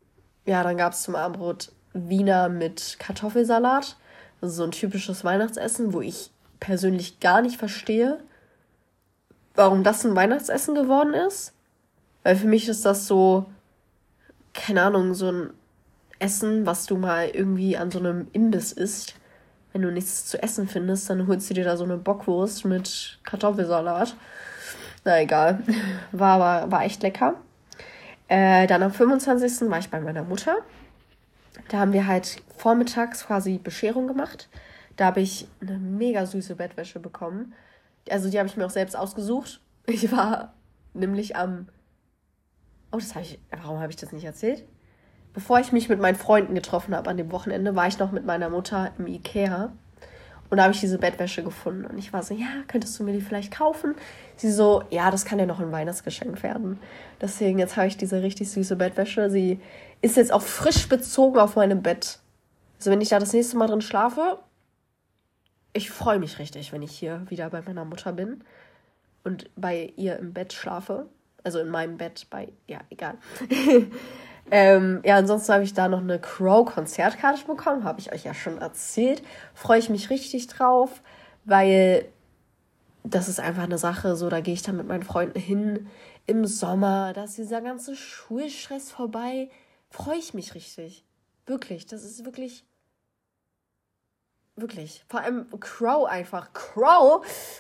A: ja, dann gab es zum Abendbrot Wiener mit Kartoffelsalat. Also so ein typisches Weihnachtsessen, wo ich persönlich gar nicht verstehe, warum das ein Weihnachtsessen geworden ist. Weil für mich ist das so, keine Ahnung, so ein Essen, was du mal irgendwie an so einem Imbiss isst. Wenn du nichts zu essen findest, dann holst du dir da so eine Bockwurst mit Kartoffelsalat. Na egal, war aber war echt lecker. Äh, dann am fünfundzwanzigsten war ich bei meiner Mutter. Da haben wir halt vormittags quasi Bescherung gemacht. Da habe ich eine mega süße Bettwäsche bekommen. Also die habe ich mir auch selbst ausgesucht. Ich war nämlich am... Oh, das habe ich... Warum habe ich das nicht erzählt? Bevor ich mich mit meinen Freunden getroffen habe an dem Wochenende, war ich noch mit meiner Mutter im Ikea. Und da habe ich diese Bettwäsche gefunden. Und ich war so, ja, könntest du mir die vielleicht kaufen? Sie so, ja, das kann ja noch ein Weihnachtsgeschenk werden. Deswegen, jetzt habe ich diese richtig süße Bettwäsche. Sie ist jetzt auch frisch bezogen auf meinem Bett. Also wenn ich da das nächste Mal drin schlafe, ich freue mich richtig, wenn ich hier wieder bei meiner Mutter bin und bei ihr im Bett schlafe. Also in meinem Bett bei, ja, egal. ähm, ja, ansonsten habe ich da noch eine Crow-Konzertkarte bekommen, habe ich euch ja schon erzählt. Freue ich mich richtig drauf, weil das ist einfach eine Sache, so da gehe ich dann mit meinen Freunden hin im Sommer, da ist dieser ganze Schulstress vorbei. Freue ich mich richtig. Wirklich, das ist wirklich, wirklich. Vor allem Crow einfach. Crow?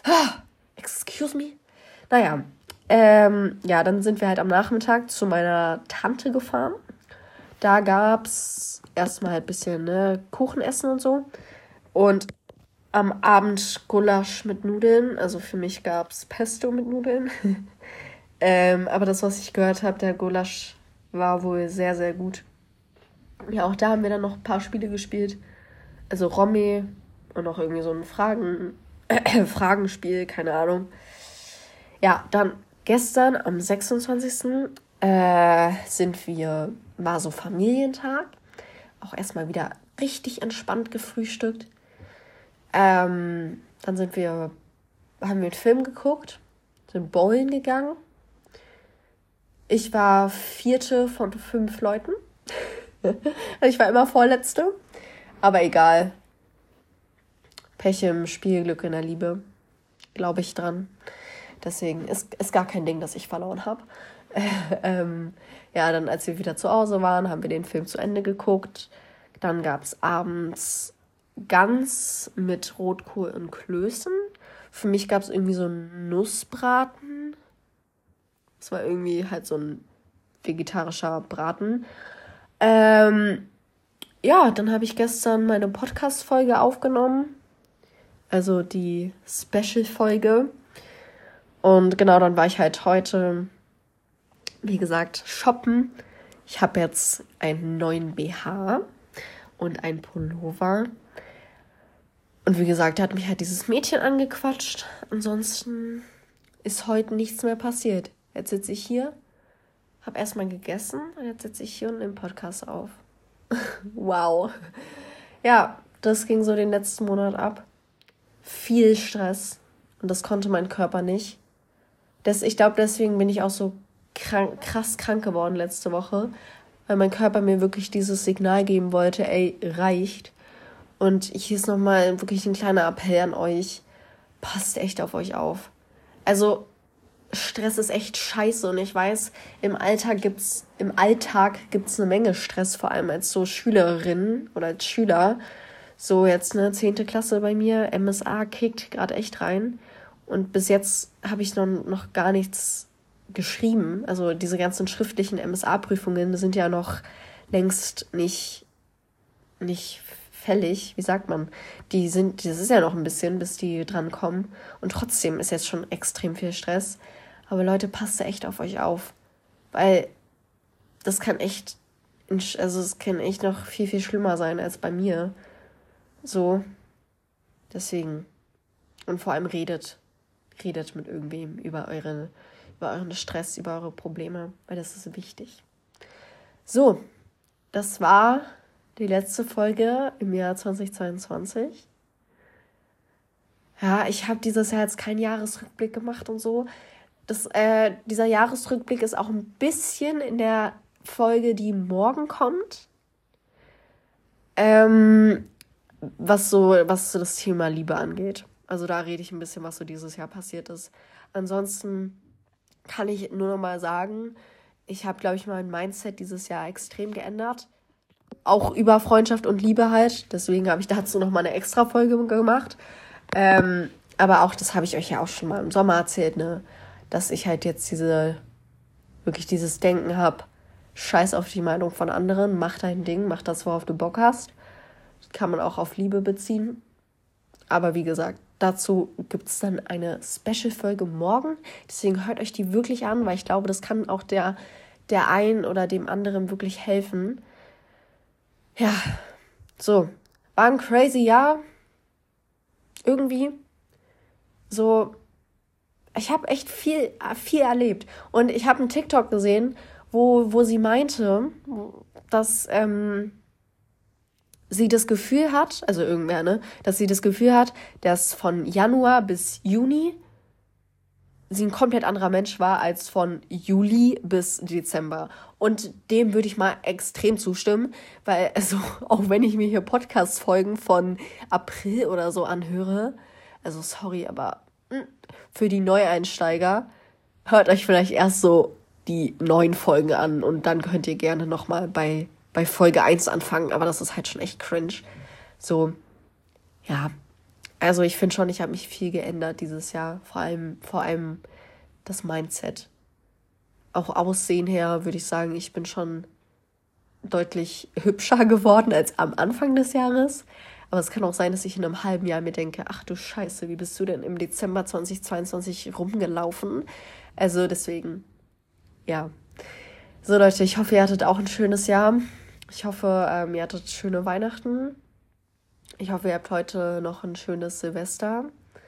A: Excuse me? Naja, ähm, ja, dann sind wir halt am Nachmittag zu meiner Tante gefahren. Da gab's erstmal halt ein bisschen ne, Kuchen essen und so. Und am Abend Gulasch mit Nudeln. Also für mich gab's Pesto mit Nudeln. ähm, aber das, was ich gehört habe, der Gulasch war wohl sehr, sehr gut. Ja, auch da haben wir dann noch ein paar Spiele gespielt. Also Romy und noch irgendwie so ein Fragen, äh, Fragenspiel, keine Ahnung. Ja, dann gestern am sechsundzwanzigsten Äh, sind wir, war so Familientag. Auch erstmal wieder richtig entspannt gefrühstückt. Ähm, dann sind wir, haben wir einen Film geguckt, sind bowlen gegangen. Ich war vierte von fünf Leuten. Also ich war immer Vorletzte. Aber egal. Pech im Spiel, Glück in der Liebe. Glaube ich dran. Deswegen ist, ist gar kein Ding, dass ich verloren habe. ähm, ja, dann als wir wieder zu Hause waren, haben wir den Film zu Ende geguckt. Dann gab es abends Gans mit Rotkohl und Klößen. Für mich gab es irgendwie so einen Nussbraten. Das war irgendwie halt so ein vegetarischer Braten. Ähm, ja, dann habe ich gestern meine Podcast-Folge aufgenommen. Also die Special-Folge. Und genau, dann war ich halt heute, wie gesagt, shoppen. Ich habe jetzt einen neuen B H und einen Pullover. Und wie gesagt, da hat mich halt dieses Mädchen angequatscht. Ansonsten ist heute nichts mehr passiert. Jetzt sitze ich hier, habe erstmal gegessen und jetzt sitze ich hier und nehme Podcast auf. Wow. Ja, das ging so den letzten Monat ab. Viel Stress. Und das konnte mein Körper nicht. Das, ich glaube, deswegen bin ich auch so krank, krass krank geworden letzte Woche. Weil mein Körper mir wirklich dieses Signal geben wollte, ey, reicht. Und hier ist nochmal wirklich ein kleiner Appell an euch. Passt echt auf euch auf. Also, Stress ist echt scheiße. Und ich weiß, im Alltag gibt's, im Alltag gibt's eine Menge Stress, vor allem als so Schülerin oder als Schüler. So jetzt eine zehnte Klasse bei mir, M S A kickt gerade echt rein. Und bis jetzt habe ich noch, noch gar nichts geschrieben. Also diese ganzen schriftlichen M S A-Prüfungen sind ja noch längst nicht, nicht fällig. Wie sagt man? Die sind, das ist ja noch ein bisschen, bis die dran kommen. Und trotzdem ist jetzt schon extrem viel Stress. Aber Leute, passt echt auf euch auf. Weil das kann echt, also es kann echt noch viel, viel schlimmer sein als bei mir. So. Deswegen. Und vor allem redet. Redet mit irgendwem über eure, über euren Stress, über eure Probleme, weil das ist wichtig. So, das war die letzte Folge im Jahr zweitausendzweiundzwanzig. Ja, ich habe dieses Jahr jetzt keinen Jahresrückblick gemacht und so. Das, äh, dieser Jahresrückblick ist auch ein bisschen in der Folge, die morgen kommt. Ähm, was so, was so das Thema Liebe angeht. Also da rede ich ein bisschen, was so dieses Jahr passiert ist. Ansonsten kann ich nur noch mal sagen, ich habe, glaube ich, mein Mindset dieses Jahr extrem geändert. Auch über Freundschaft und Liebe halt. Deswegen habe ich dazu noch mal eine extra Folge gemacht. Ähm, aber auch, das habe ich euch ja auch schon mal im Sommer erzählt, ne? Dass ich halt jetzt diese, wirklich dieses Denken habe, scheiß auf die Meinung von anderen, mach dein Ding, mach das, worauf du Bock hast. Das kann man auch auf Liebe beziehen. Aber wie gesagt, dazu gibt es dann eine Special-Folge morgen. Deswegen hört euch die wirklich an, weil ich glaube, das kann auch der, der einen oder dem anderen wirklich helfen. Ja, so. War ein crazy Jahr. Irgendwie. So, ich habe echt viel, viel erlebt. Und ich habe einen TikTok gesehen, wo, wo sie meinte, dass ähm, sie das Gefühl hat, also irgendwer, ne, dass sie das Gefühl hat, dass von Januar bis Juni sie ein komplett anderer Mensch war als von Juli bis Dezember. Und dem würde ich mal extrem zustimmen, weil, also, auch wenn ich mir hier Podcast-Folgen von April oder so anhöre, also sorry, aber mh, für die Neueinsteiger, hört euch vielleicht erst so die neuen Folgen an und dann könnt ihr gerne nochmal bei, bei Folge eins anfangen, aber das ist halt schon echt cringe. So, ja, also ich finde schon, ich habe mich viel geändert dieses Jahr, vor allem, vor allem das Mindset. Auch Aussehen her würde ich sagen, ich bin schon deutlich hübscher geworden als am Anfang des Jahres. Aber es kann auch sein, dass ich in einem halben Jahr mir denke, ach du Scheiße, wie bist du denn im Dezember zweitausendzweiundzwanzig rumgelaufen? Also deswegen, ja. So Leute, ich hoffe, ihr hattet auch ein schönes Jahr. Ich hoffe, ähm, ihr hattet schöne Weihnachten. Ich hoffe, ihr habt heute noch ein schönes Silvester.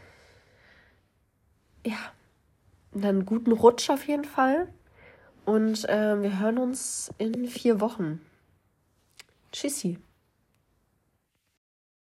A: Ja, dann einen guten Rutsch auf jeden Fall. Und äh, wir hören uns in vier Wochen. Tschüssi.